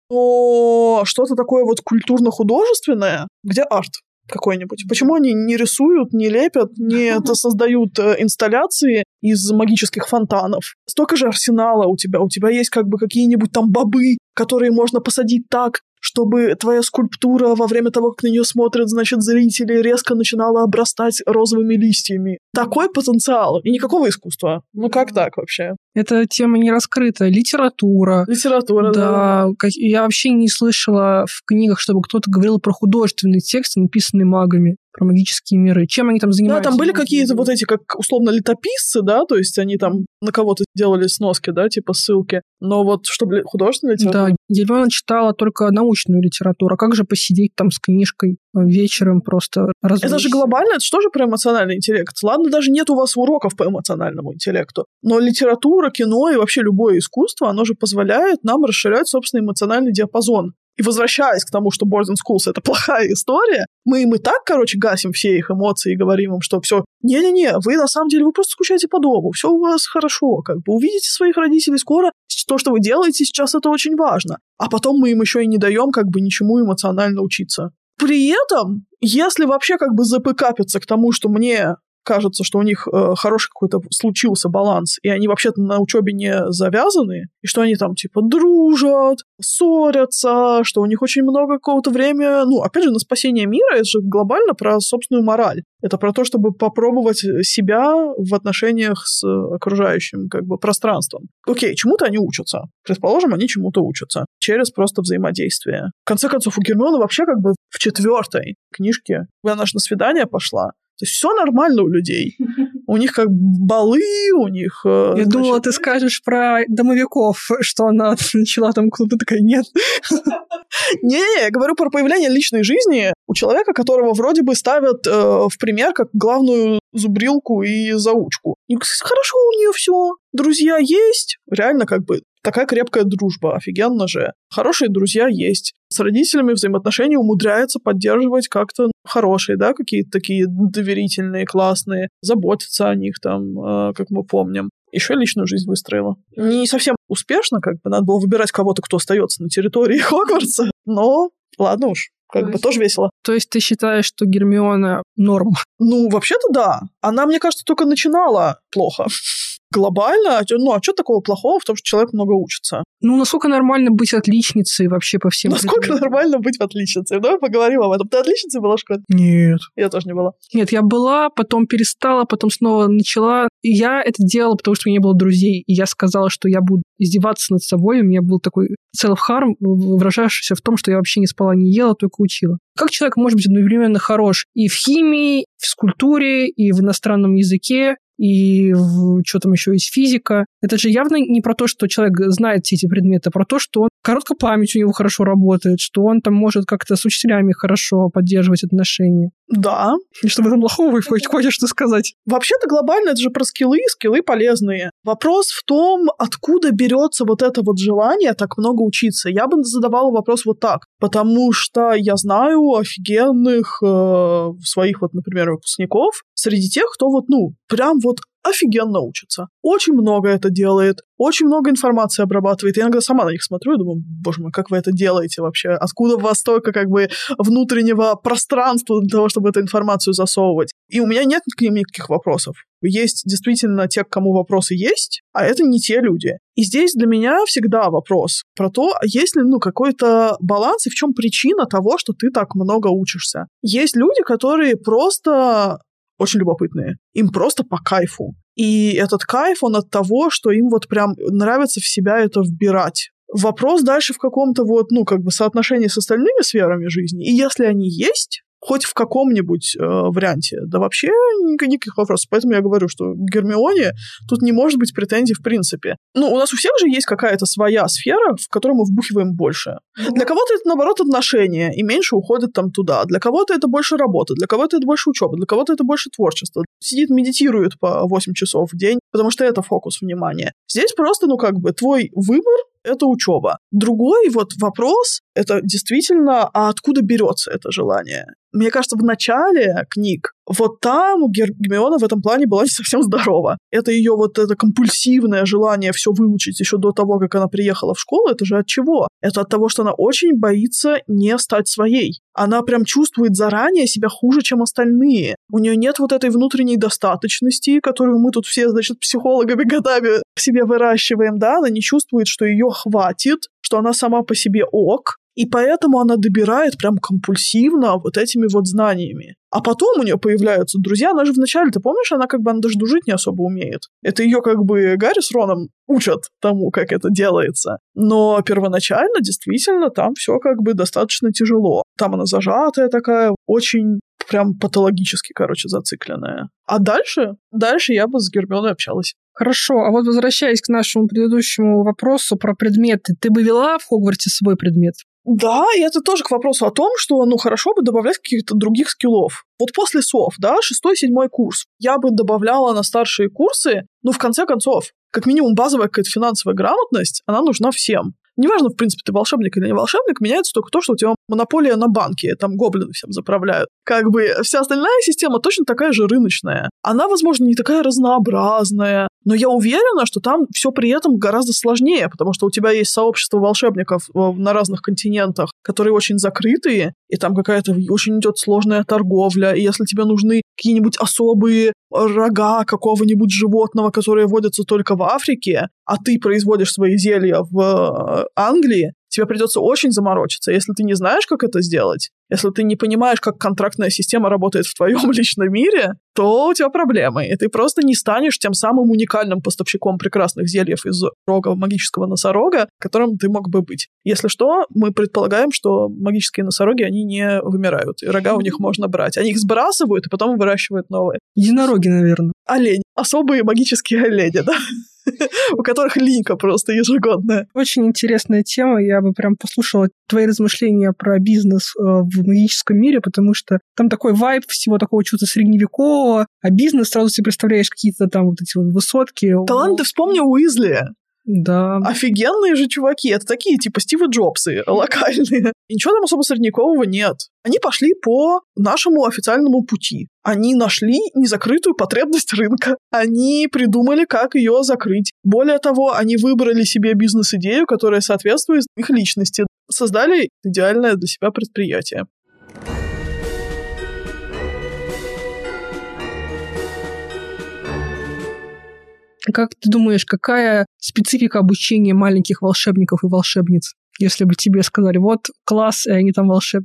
Но что-то такое вот культурно-художественное, где арт какой-нибудь. Почему они не рисуют, не лепят, не создают инсталляции из магических фонтанов? Столько же арсенала у тебя. У тебя есть как бы какие-нибудь там бобы, которые можно посадить так, чтобы твоя скульптура во время того, как на нее смотрят, значит, зрители, резко начинала обрастать розовыми листьями. Такой потенциал. И никакого искусства. Ну как так вообще? Эта тема не раскрыта. Литература. Литература, да. да. Я вообще не слышала в книгах, чтобы кто-то говорил про художественные тексты, написанные магами, про магические миры. Чем они там занимаются? Да, там были какие-то вот эти, как условно, летописцы, да, то есть они там на кого-то делали сноски, да, типа ссылки. Но вот чтобы художественная литература... Да, Гермиона читала только научную литературу. А как же посидеть там с книжкой вечером просто развлечься? Это же глобально, это же тоже про эмоциональный интеллект. Ладно, даже нет у вас уроков по эмоциональному интеллекту, но литература, кино и вообще любое искусство, оно же позволяет нам расширять собственный эмоциональный диапазон. И возвращаясь к тому, что boarding schools — это плохая история, мы им и так, короче, гасим все их эмоции и говорим им, что все, не-не-не, вы на самом деле, вы просто скучаете по дому, все у вас хорошо, как бы увидите своих родителей скоро, то, что вы делаете сейчас, это очень важно. А потом мы им еще и не даем как бы ничему эмоционально учиться. При этом, если вообще как бы запыкапиться к тому, что мне кажется, что у них э, хороший какой-то случился баланс, и они вообще-то на учебе не завязаны, и что они там типа дружат, ссорятся, что у них очень много какого-то времени, ну, опять же, на спасение мира, это же глобально про собственную мораль. Это про то, чтобы попробовать себя в отношениях с окружающим как бы пространством. Окей, чему-то они учатся. Предположим, они чему-то учатся. Через просто взаимодействие. В конце концов, у Гермионы вообще как бы в четвертой книжке, когда она же на свидание пошла, то есть все нормально у людей. У них как балы, у них... Я значит... думала, ты скажешь про домовиков, что она начала там клубы, такая, нет. Не-не, я говорю про появление личной жизни у человека, которого вроде бы ставят э, в пример как главную зубрилку и заучку. И хорошо у нее все, друзья есть, реально как бы такая крепкая дружба, офигенно же. Хорошие друзья есть. С родителями взаимоотношения умудряется поддерживать как-то хорошие, да, какие-то такие доверительные, классные, заботиться о них там, э, как мы помним. Еще личную жизнь выстроила. Не совсем успешно, как бы надо было выбирать кого-то, кто остается на территории Хогвартса, но ладно уж. Как то бы есть, тоже весело. То есть ты считаешь, что Гермиона норм? Ну, вообще-то да. Она, мне кажется, только начинала плохо. Глобально, ну, а что такого плохого в том, что человек много учится? Ну, насколько нормально быть отличницей вообще по всем Насколько предметам? Нормально быть отличницей? Давай поговорим об этом. Ты отличницей была в школе? Нет. Я тоже не была. Нет, я была, потом перестала, потом снова начала. И я это делала, потому что у меня не было друзей. И я сказала, что я буду издеваться над собой. У меня был такой self-harm, выражающийся в том, что я вообще не спала, не ела, только учила. Как человек может быть одновременно хорош и в химии, и в скульптуре, и в иностранном языке, и в, что там еще есть, физика. Это же явно не про то, что человек знает все эти предметы, а про то, что он, короткая память у него хорошо работает, что он там может как-то с учителями хорошо поддерживать отношения. Да. И что в этом плохого, хочешь ты сказать? Вообще-то глобально это же про скиллы, скиллы полезные. Вопрос в том, откуда берется вот это вот желание так много учиться. Я бы задавала вопрос вот так, потому что я знаю офигенных э, своих вот, например, выпускников среди тех, кто вот, ну, прям вот офигенно учится. Очень много это делает, очень много информации обрабатывает. Я иногда сама на них смотрю и думаю, боже мой, как вы это делаете вообще? Откуда у вас столько как бы внутреннего пространства для того, чтобы эту информацию засовывать? И у меня нет к ним никаких вопросов. Есть действительно те, к кому вопросы есть, а это не те люди. И здесь для меня всегда вопрос про то, есть ли ну, какой-то баланс и в чем причина того, что ты так много учишься. Есть люди, которые просто очень любопытные. Им просто по кайфу. И этот кайф, он от того, что им вот прям нравится в себя это вбирать. Вопрос дальше в каком-то вот, ну, как бы соотношении с остальными сферами жизни. И если они есть, хоть в каком-нибудь э, варианте, да вообще никаких вопросов. Поэтому я говорю, что Гермионе тут не может быть претензий в принципе. Ну, у нас у всех же есть какая-то своя сфера, в которой мы вбухиваем больше. Mm-hmm. Для кого-то это, наоборот, отношения, и меньше уходит там туда. Для кого-то это больше работа, для кого-то это больше учеба, для кого-то это больше творчество. Сидит, медитирует по восемь часов в день, потому что это фокус внимания. Здесь просто, ну, как бы, твой выбор — это учеба. Другой вот вопрос — это действительно, а откуда берется это желание? Мне кажется, в начале книг вот там Гермиона в этом плане была не совсем здорова. Это ее вот это компульсивное желание все выучить еще до того, как она приехала в школу, это же от чего? Это от того, что она очень боится не стать своей. Она прям чувствует заранее себя хуже, чем остальные. У нее нет вот этой внутренней достаточности, которую мы тут все, значит, психологами годами в себе выращиваем, да? Она не чувствует, что ее хватит, что она сама по себе ок, и поэтому она добирает прям компульсивно вот этими вот знаниями. А потом у нее появляются друзья. Она же вначале, ты помнишь, она как бы она даже дружить не особо умеет. Это ее как бы Гарри с Роном учат тому, как это делается. Но первоначально действительно там все как бы достаточно тяжело. Там она зажатая такая, очень прям патологически, короче, зацикленная. А дальше? Дальше я бы с Гермионой общалась. Хорошо, а вот возвращаясь к нашему предыдущему вопросу про предметы, ты бы вела в Хогвартсе свой предмет? Да, и это тоже к вопросу о том, что, ну, хорошо бы добавлять каких-то других скиллов. Вот после СОВ, да, шестой, седьмой курс, я бы добавляла на старшие курсы, ну, в конце концов, как минимум базовая какая-то финансовая грамотность, она нужна всем. Неважно, в принципе, ты волшебник или не волшебник, меняется только то, что у тебя монополия на банке, там гоблины всем заправляют. Как бы вся остальная система точно такая же рыночная. Она, возможно, не такая разнообразная, но я уверена, что там все при этом гораздо сложнее, потому что у тебя есть сообщество волшебников на разных континентах, которые очень закрытые, и там какая-то очень идет сложная торговля, и если тебе нужны какие-нибудь особые рога какого-нибудь животного, которые водятся только в Африке, а ты производишь свои зелья в Англии, тебе придется очень заморочиться. Если ты не знаешь, как это сделать, если ты не понимаешь, как контрактная система работает в твоем личном мире, то у тебя проблемы, и ты просто не станешь тем самым уникальным поставщиком прекрасных зельев из рога магического носорога, которым ты мог бы быть. Если что, мы предполагаем, что магические носороги, они не вымирают, и рога у них можно брать. Они их сбрасывают, и потом выращивают новые. Единороги, наверное. Олень. Особые магические олени, да? У которых линька просто ежегодная. Очень интересная тема. Я бы прям послушала твои размышления про бизнес в магическом мире, потому что там такой вайб всего такого чего-то средневекового, а бизнес сразу себе представляешь какие-то там вот эти вот высотки. Да ладно, ты вспомни Уизли. Да. Офигенные же чуваки. Это такие типа Стивы Джобсы локальные. И ничего там особо средневекового нет. Они пошли по нашему официальному пути. Они нашли незакрытую потребность рынка. Они придумали, как ее закрыть. Более того, они выбрали себе бизнес-идею, которая соответствует их личности. Создали идеальное для себя предприятие. Как ты думаешь, какая специфика обучения маленьких волшебников и волшебниц? Если бы тебе сказали, вот класс, и они там волшебники.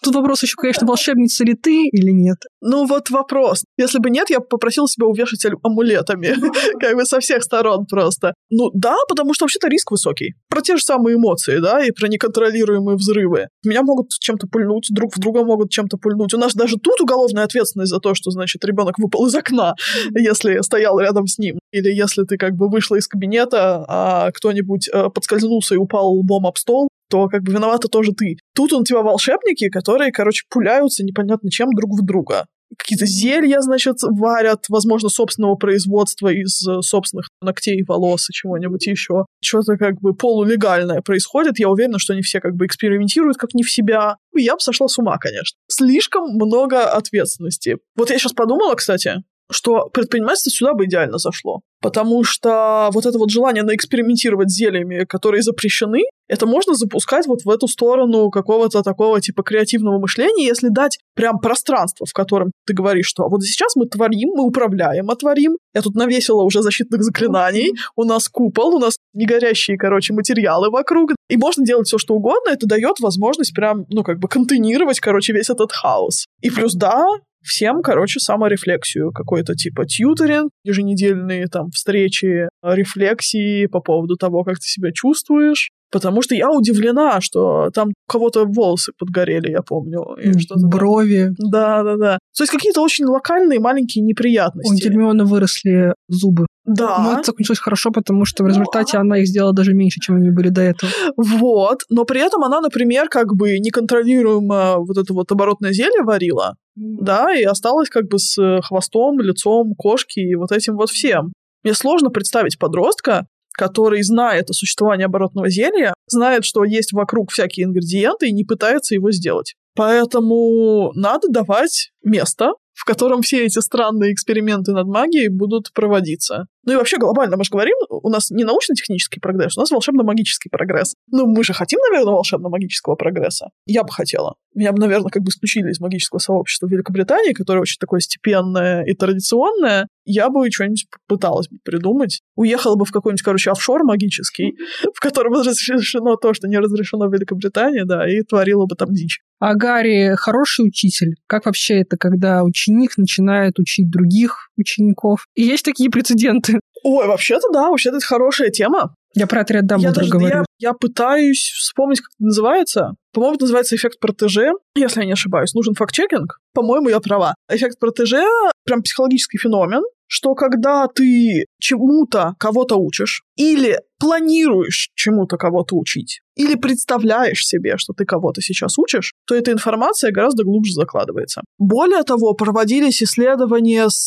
Тут вопрос еще, конечно, волшебница ли ты или нет? Ну вот вопрос. Если бы нет, я бы попросила себя увешать амулетами. Как бы со всех сторон просто. Ну да, потому что вообще-то риск высокий. Про те же самые эмоции, да, и про неконтролируемые взрывы. Меня могут чем-то пульнуть, друг в друга могут чем-то пульнуть. У нас даже тут уголовная ответственность за то, что, значит, ребенок выпал из окна, если стоял рядом с ним. Или если ты как бы вышла из кабинета, а кто-нибудь подскользнулся и упал лбом об стол, то как бы виновата тоже ты. Тут у тебя волшебники, которые, короче, пуляются непонятно чем друг в друга. Какие-то зелья, значит, варят, возможно, собственного производства из собственных ногтей, волос и чего-нибудь еще. Что-то как бы полулегальное происходит. Я уверена, что они все как бы экспериментируют как не в себя. Я бы сошла с ума, конечно. Слишком много ответственности. Вот я сейчас подумала, кстати, что предпринимательство сюда бы идеально зашло. Потому что вот это вот желание наэкспериментировать с зельями, которые запрещены, это можно запускать вот в эту сторону какого-то такого типа креативного мышления, если дать прям пространство, в котором ты говоришь, что вот сейчас мы творим, мы управляем, а творим. Я тут навесила уже защитных заклинаний, у нас купол, у нас негорящие, короче, материалы вокруг, и можно делать все, что угодно, это дает возможность прям, ну, как бы контейнировать, короче, весь этот хаос. И плюс, да, всем, короче, саморефлексию, какой-то типа тьюторинг, еженедельные там встречи, рефлексии по поводу того, как ты себя чувствуешь. Потому что я удивлена, что там у кого-то волосы подгорели, я помню. И что-то брови. Да-да-да. То есть какие-то очень локальные маленькие неприятности. У Гермионы выросли зубы. Да. Но это закончилось хорошо, потому что в результате она их сделала даже меньше, чем они были до этого. Вот. Но при этом она, например, как бы неконтролируемо вот это вот оборотное зелье варила, mm. да, и осталась как бы с хвостом, лицом кошки и вот этим вот всем. Мне сложно представить подростка, который знает о существовании оборотного зелья, знает, что есть вокруг всякие ингредиенты и не пытается его сделать. Поэтому надо давать место, в котором все эти странные эксперименты над магией будут проводиться. Ну и вообще глобально мы же говорим, у нас не научно-технический прогресс, у нас волшебно-магический прогресс. Ну мы же хотим, наверное, волшебно-магического прогресса. Я бы хотела. Меня бы, наверное, как бы исключили из магического сообщества в Великобритании, которое очень такое степенное и традиционное. Я бы что-нибудь пыталась бы придумать. Уехала бы в какой-нибудь, короче, офшор магический, в котором разрешено то, что не разрешено в Великобритании, да, и творила бы там дичь. А Гарри хороший учитель? Как вообще это, когда ученик начинает учить других учеников? И есть такие прецеденты? Ой, вообще-то да, вообще-то это хорошая тема. Я про отряд Дамблдора говорю. Я, я пытаюсь вспомнить, как это называется. По-моему, это называется эффект протеже, если я не ошибаюсь. Нужен факт-чекинг. По-моему, я права. Эффект протеже — прям психологический феномен, что когда ты чему-то кого-то учишь или планируешь чему-то кого-то учить, или представляешь себе, что ты кого-то сейчас учишь, то эта информация гораздо глубже закладывается. Более того, проводились исследования с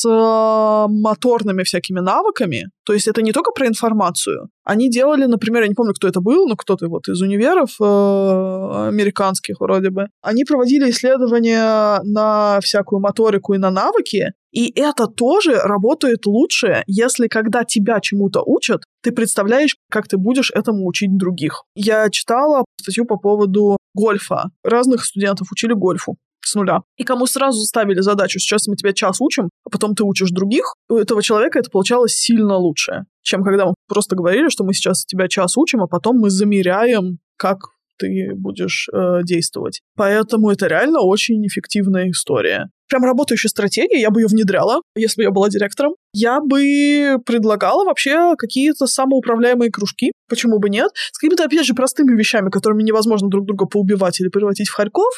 моторными всякими навыками, то есть это не только про информацию. Они делали, например, я не помню, кто это был, но кто-то вот из универов э, американских вроде бы, они проводили исследования на всякую моторику и на навыки, и это тоже работает лучше, если когда тебя чему-то учат, ты представляешь, как ты будешь этому учить других. Я читала статью по поводу гольфа. Разных студентов учили гольфу с нуля. И кому сразу ставили задачу, сейчас мы тебя час учим, а потом ты учишь других, у этого человека это получалось сильно лучше, чем когда мы просто говорили, что мы сейчас тебя час учим, а потом мы замеряем, как ты будешь э, действовать. Поэтому это реально очень эффективная история. Прям работающая стратегия, я бы ее внедряла, если бы я была директором. Я бы предлагала вообще какие-то самоуправляемые кружки, почему бы нет, с какими-то, опять же, простыми вещами, которыми невозможно друг друга поубивать или превратить в хорьков,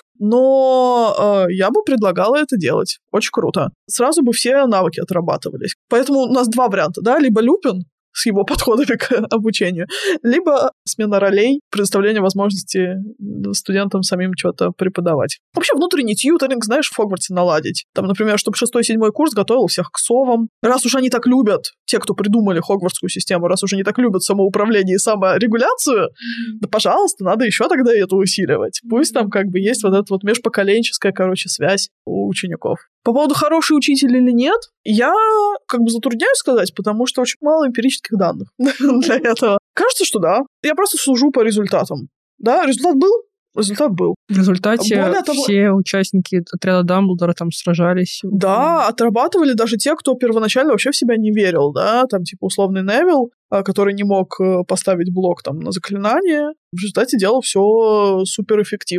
но э, я бы предлагала это делать. Очень круто. Сразу бы все навыки отрабатывались. Поэтому у нас два варианта, да, либо Люпин с его подходами к обучению, либо смена ролей, предоставление возможности студентам самим что-то преподавать. Вообще внутренний тьюторинг, знаешь, в Хогвартсе наладить. Там, например, чтобы шестой-седьмой курс готовил всех к совам. Раз уж они так любят, те, кто придумали хогвартскую систему, раз уж они так любят самоуправление и саморегуляцию, mm-hmm. да, пожалуйста, надо еще тогда это усиливать. Пусть там как бы есть вот эта вот межпоколенческая, короче, связь у учеников. По поводу хороший учитель или нет, я как бы затрудняюсь сказать, потому что очень мало эмпирических данных для этого. Кажется, что да. Я просто сужу по результатам. Да, результат был? Результат был. В результате того, все участники отряда Дамблдора там сражались. Да, отрабатывали даже те, кто первоначально вообще в себя не верил, да, там типа условный Невилл, который не мог поставить блок там на заклинание. В результате делал все суперэффективно.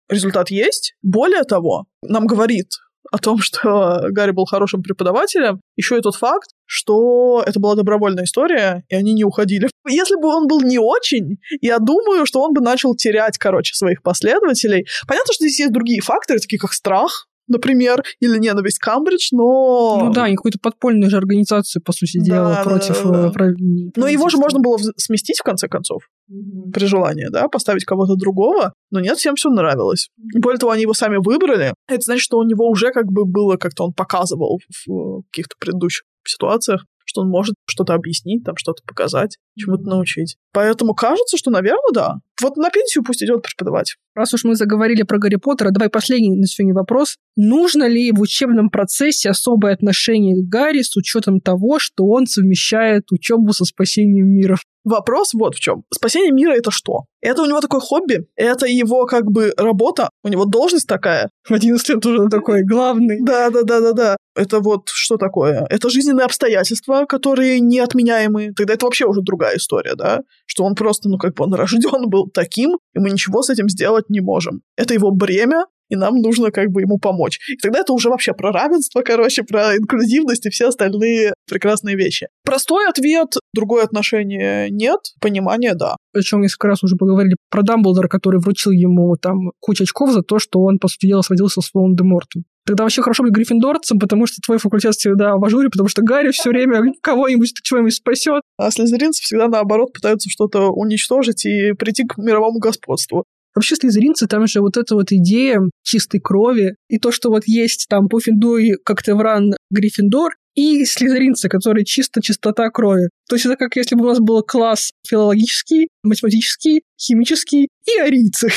результат есть. Более того, нам говорит о том, что Гарри был хорошим преподавателем, еще и тот факт, что это была добровольная история, и они не уходили. Если бы он был не очень, я думаю, что он бы начал терять, короче, своих последователей. Понятно, что здесь есть другие факторы, такие как страх, например, или ненависть к Камбридж, но... Ну да, они какую-то подпольную же организацию, по сути дела, да, против... Да, да. Но его же можно было сместить, в конце концов, mm-hmm. при желании, да, поставить кого-то другого, но нет, всем все нравилось. Более того, они его сами выбрали. Это значит, что у него уже как бы было, как-то он показывал в каких-то предыдущих ситуациях, что он может что-то объяснить, там что-то показать, чему-то научить. Поэтому кажется, что, наверное, да. Вот на пенсию пусть идет преподавать. Раз уж мы заговорили про Гарри Поттера, давай последний на сегодня вопрос. Нужно ли в учебном процессе особое отношение к Гарри с учетом того, что он совмещает учебу со спасением мира? Вопрос вот в чем. Спасение мира — это что? Это у него такое хобби, это его как бы работа, у него должность такая. В одиннадцать лет уже такой главный. Да-да-да-да-да. Это вот что такое? Это жизненные обстоятельства, которые неотменяемые. Тогда это вообще уже другая история, да? Что он просто, ну как бы он рожден был таким, и мы ничего с этим сделать не можем. Это его бремя, и нам нужно как бы ему помочь. И тогда это уже вообще про равенство, короче, про инклюзивность и все остальные прекрасные вещи. Простой ответ, другое отношение нет, понимание да. Причем несколько раз уже поговорили про Дамблдора, который вручил ему там кучу очков за то, что он, по сути дела, сводился с Волан-де-Мортом. Тогда вообще хорошо быть гриффиндорцем, потому что твой факультет всегда в ажуре, потому что Гарри все время кого-нибудь чего-нибудь спасет. А слизеринцы всегда, наоборот, пытаются что-то уничтожить и прийти к мировому господству. Вообще, слизеринцы, там же вот эта вот идея чистой крови, и то, что вот есть там Пуффендуй, Когтевран, Гриффиндор, и слизеринцы, которые чисто чистота крови. То есть это как если бы у нас был класс филологический, математический, химический и арийцы.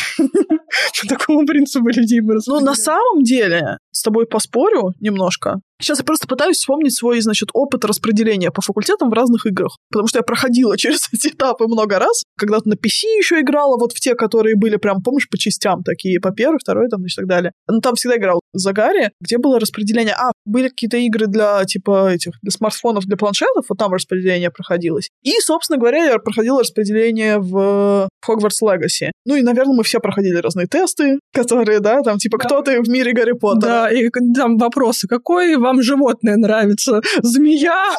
По такому принципу людей мы распределяем. Ну, на самом деле, с тобой поспорю немножко. Сейчас я просто пытаюсь вспомнить свой, значит, опыт распределения по факультетам в разных играх. Потому что я проходила через эти этапы много раз. Когда-то на пи си еще играла, вот в те, которые были прям, помнишь, по частям такие, по первой, второй, там, и так далее. Но там всегда играл за Гарри, где было распределение. А, были какие-то игры для, типа, этих, для смартфонов, для планшетов, вот там распределение проходилось. И, собственно говоря, я проходила распределение в Hogwarts Legacy. Ну и, наверное, мы все проходили разные тесты, которые, да, там, типа, да. Кто ты в мире Гарри Поттера? Да, и там вопросы. Какое вам животное нравится? Змея?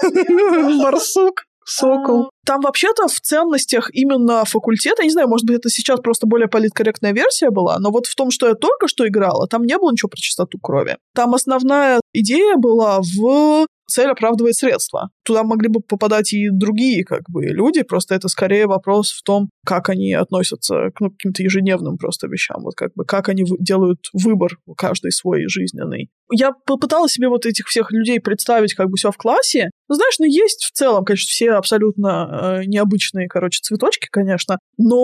Барсук? Сокол? Там вообще-то в ценностях именно факультета, я не знаю, может быть, это сейчас просто более политкорректная версия была, но вот в том, что я только что играла, там не было ничего про чистоту крови. Там основная идея была в цель оправдывает средства. Туда могли бы попадать и другие как бы люди, просто это скорее вопрос в том, как они относятся к ну, каким-то ежедневным просто вещам, вот как бы как они делают выбор каждый свой жизненный. Я попыталась себе вот этих всех людей представить как бы себя в классе. Ну, знаешь, ну есть в целом, конечно, все абсолютно э, необычные, короче, цветочки, конечно,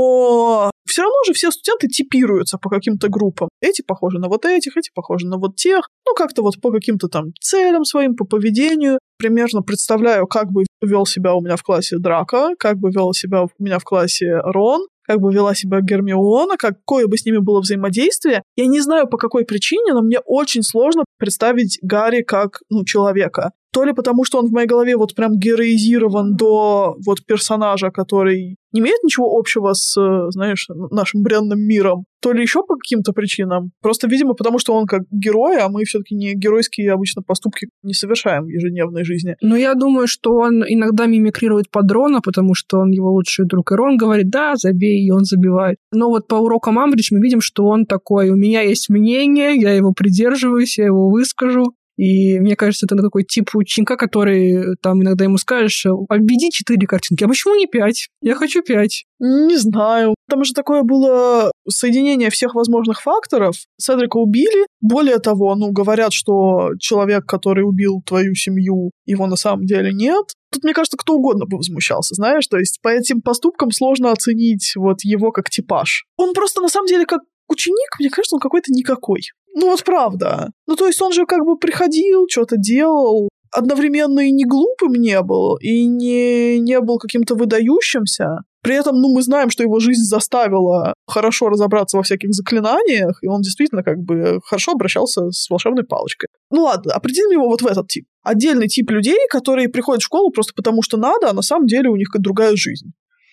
но все равно же все студенты типируются по каким-то группам. Эти похожи на вот этих, эти похожи на вот тех. Ну, как-то вот по каким-то там целям своим, по поведению. Примерно представляю, как бы вел себя у меня в классе Драко, как бы вел себя у меня в классе Рон, как бы вела себя Гермиона, какое бы с ними было взаимодействие. Я не знаю, по какой причине, но мне очень сложно представить Гарри как, ну, человека. То ли потому, что он в моей голове вот прям героизирован до вот персонажа, который не имеет ничего общего с, знаешь, нашим бренным миром, то ли еще по каким-то причинам. Просто, видимо, потому что он как герой, а мы все-таки не геройские обычно поступки не совершаем в ежедневной жизни. Ну, я думаю, что он иногда мимикрирует под Рона, потому что он его лучший друг. И Рон говорит, да, забей, и он забивает. Но вот по урокам Амбридж мы видим, что он такой, у меня есть мнение, я его придерживаюсь, я его выскажу. И мне кажется, это такой тип ученика, который там иногда ему скажешь, обведи четыре картинки. А почему не пять? Я хочу пять. Не знаю. Там же такое было соединение всех возможных факторов. Седрика убили. Более того, ну, говорят, что человек, который убил твою семью, его на самом деле нет. Тут, мне кажется, кто угодно бы возмущался, знаешь? То есть по этим поступкам сложно оценить вот его как типаж. Он просто, на самом деле, как ученик, мне кажется, он какой-то никакой. Ну вот правда. Ну то есть он же как бы приходил, что-то делал, одновременно и не глупым не был, и не, не был каким-то выдающимся. При этом, ну, мы знаем, что его жизнь заставила хорошо разобраться во всяких заклинаниях, и он действительно как бы хорошо обращался с волшебной палочкой. Ну ладно, определим его вот в этот тип. Отдельный тип людей, которые приходят в школу просто потому, что надо, а на самом деле у них другая жизнь.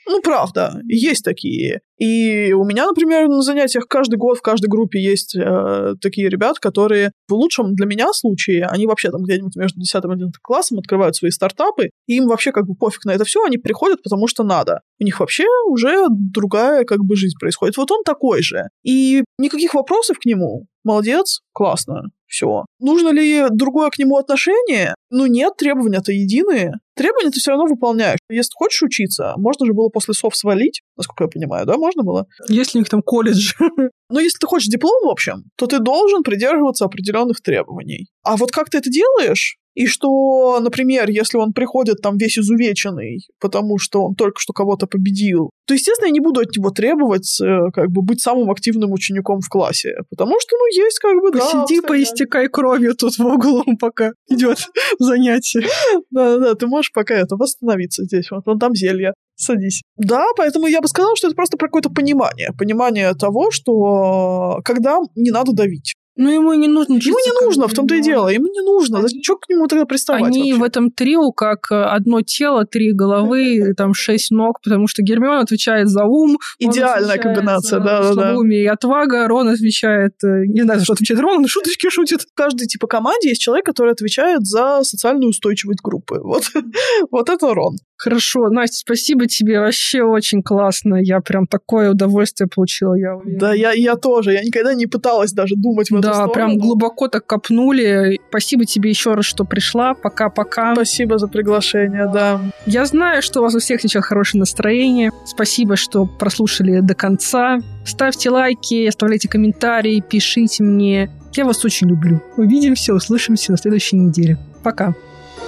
Ну, правда, есть такие. И у меня, например, на занятиях каждый год в каждой группе есть э, такие ребята, которые в лучшем для меня случае, они вообще там где-нибудь между десятым и одиннадцатым классом открывают свои стартапы, и им вообще как бы пофиг на это все, они приходят, потому что надо. У них вообще уже другая как бы жизнь происходит. Вот он такой же. И никаких вопросов к нему. Молодец, классно, все. Нужно ли другое к нему отношение? Ну нет, требования-то единые. Требования ты все равно выполняешь. Если хочешь учиться, можно же было после СОВ свалить, насколько я понимаю, да, можно было? Если у них там колледж. Но если ты хочешь диплом, в общем, то ты должен придерживаться определенных требований. А вот как ты это делаешь? И что, например, если он приходит там весь изувеченный, потому что он только что кого-то победил, то, естественно, я не буду от него требовать как бы быть самым активным учеником в классе. Потому что, ну, есть как бы, да... Посиди, поистекай кровью тут в углу, пока идет занятие. Да-да-да, ты можешь пока это восстановиться здесь. Вот, вон там зелье. Садись. Да, поэтому я бы сказала, что это просто про какое-то понимание. Понимание того, что когда не надо давить. Ну, ему и не нужно. Ему не нужно, в том-то и дело. Ему не нужно. Они... Что к нему тогда приставать Они вообще? в этом трио как одно тело, три головы, там шесть ног, потому что Гермиона отвечает за ум. Идеальная комбинация, да-да-да. Слабоумие и отвага. Рон отвечает... Не знаю, за что отвечает Рон, но шуточки шутит. В каждой типа команде есть человек, который отвечает за социальную устойчивость группы. Вот, вот это Рон. Хорошо, Настя, спасибо тебе, вообще очень классно. Я прям такое удовольствие получила, я уверена. Да, я, я тоже. Я никогда не пыталась даже думать в эту да, сторону. Да, прям глубоко так копнули. Спасибо тебе еще раз, что пришла. Пока-пока. Спасибо за приглашение, да. Я знаю, что у вас у всех сейчас хорошее настроение. Спасибо, что прослушали до конца. Ставьте лайки, оставляйте комментарии, пишите мне. Я вас очень люблю. Увидимся, услышимся на следующей неделе. Пока.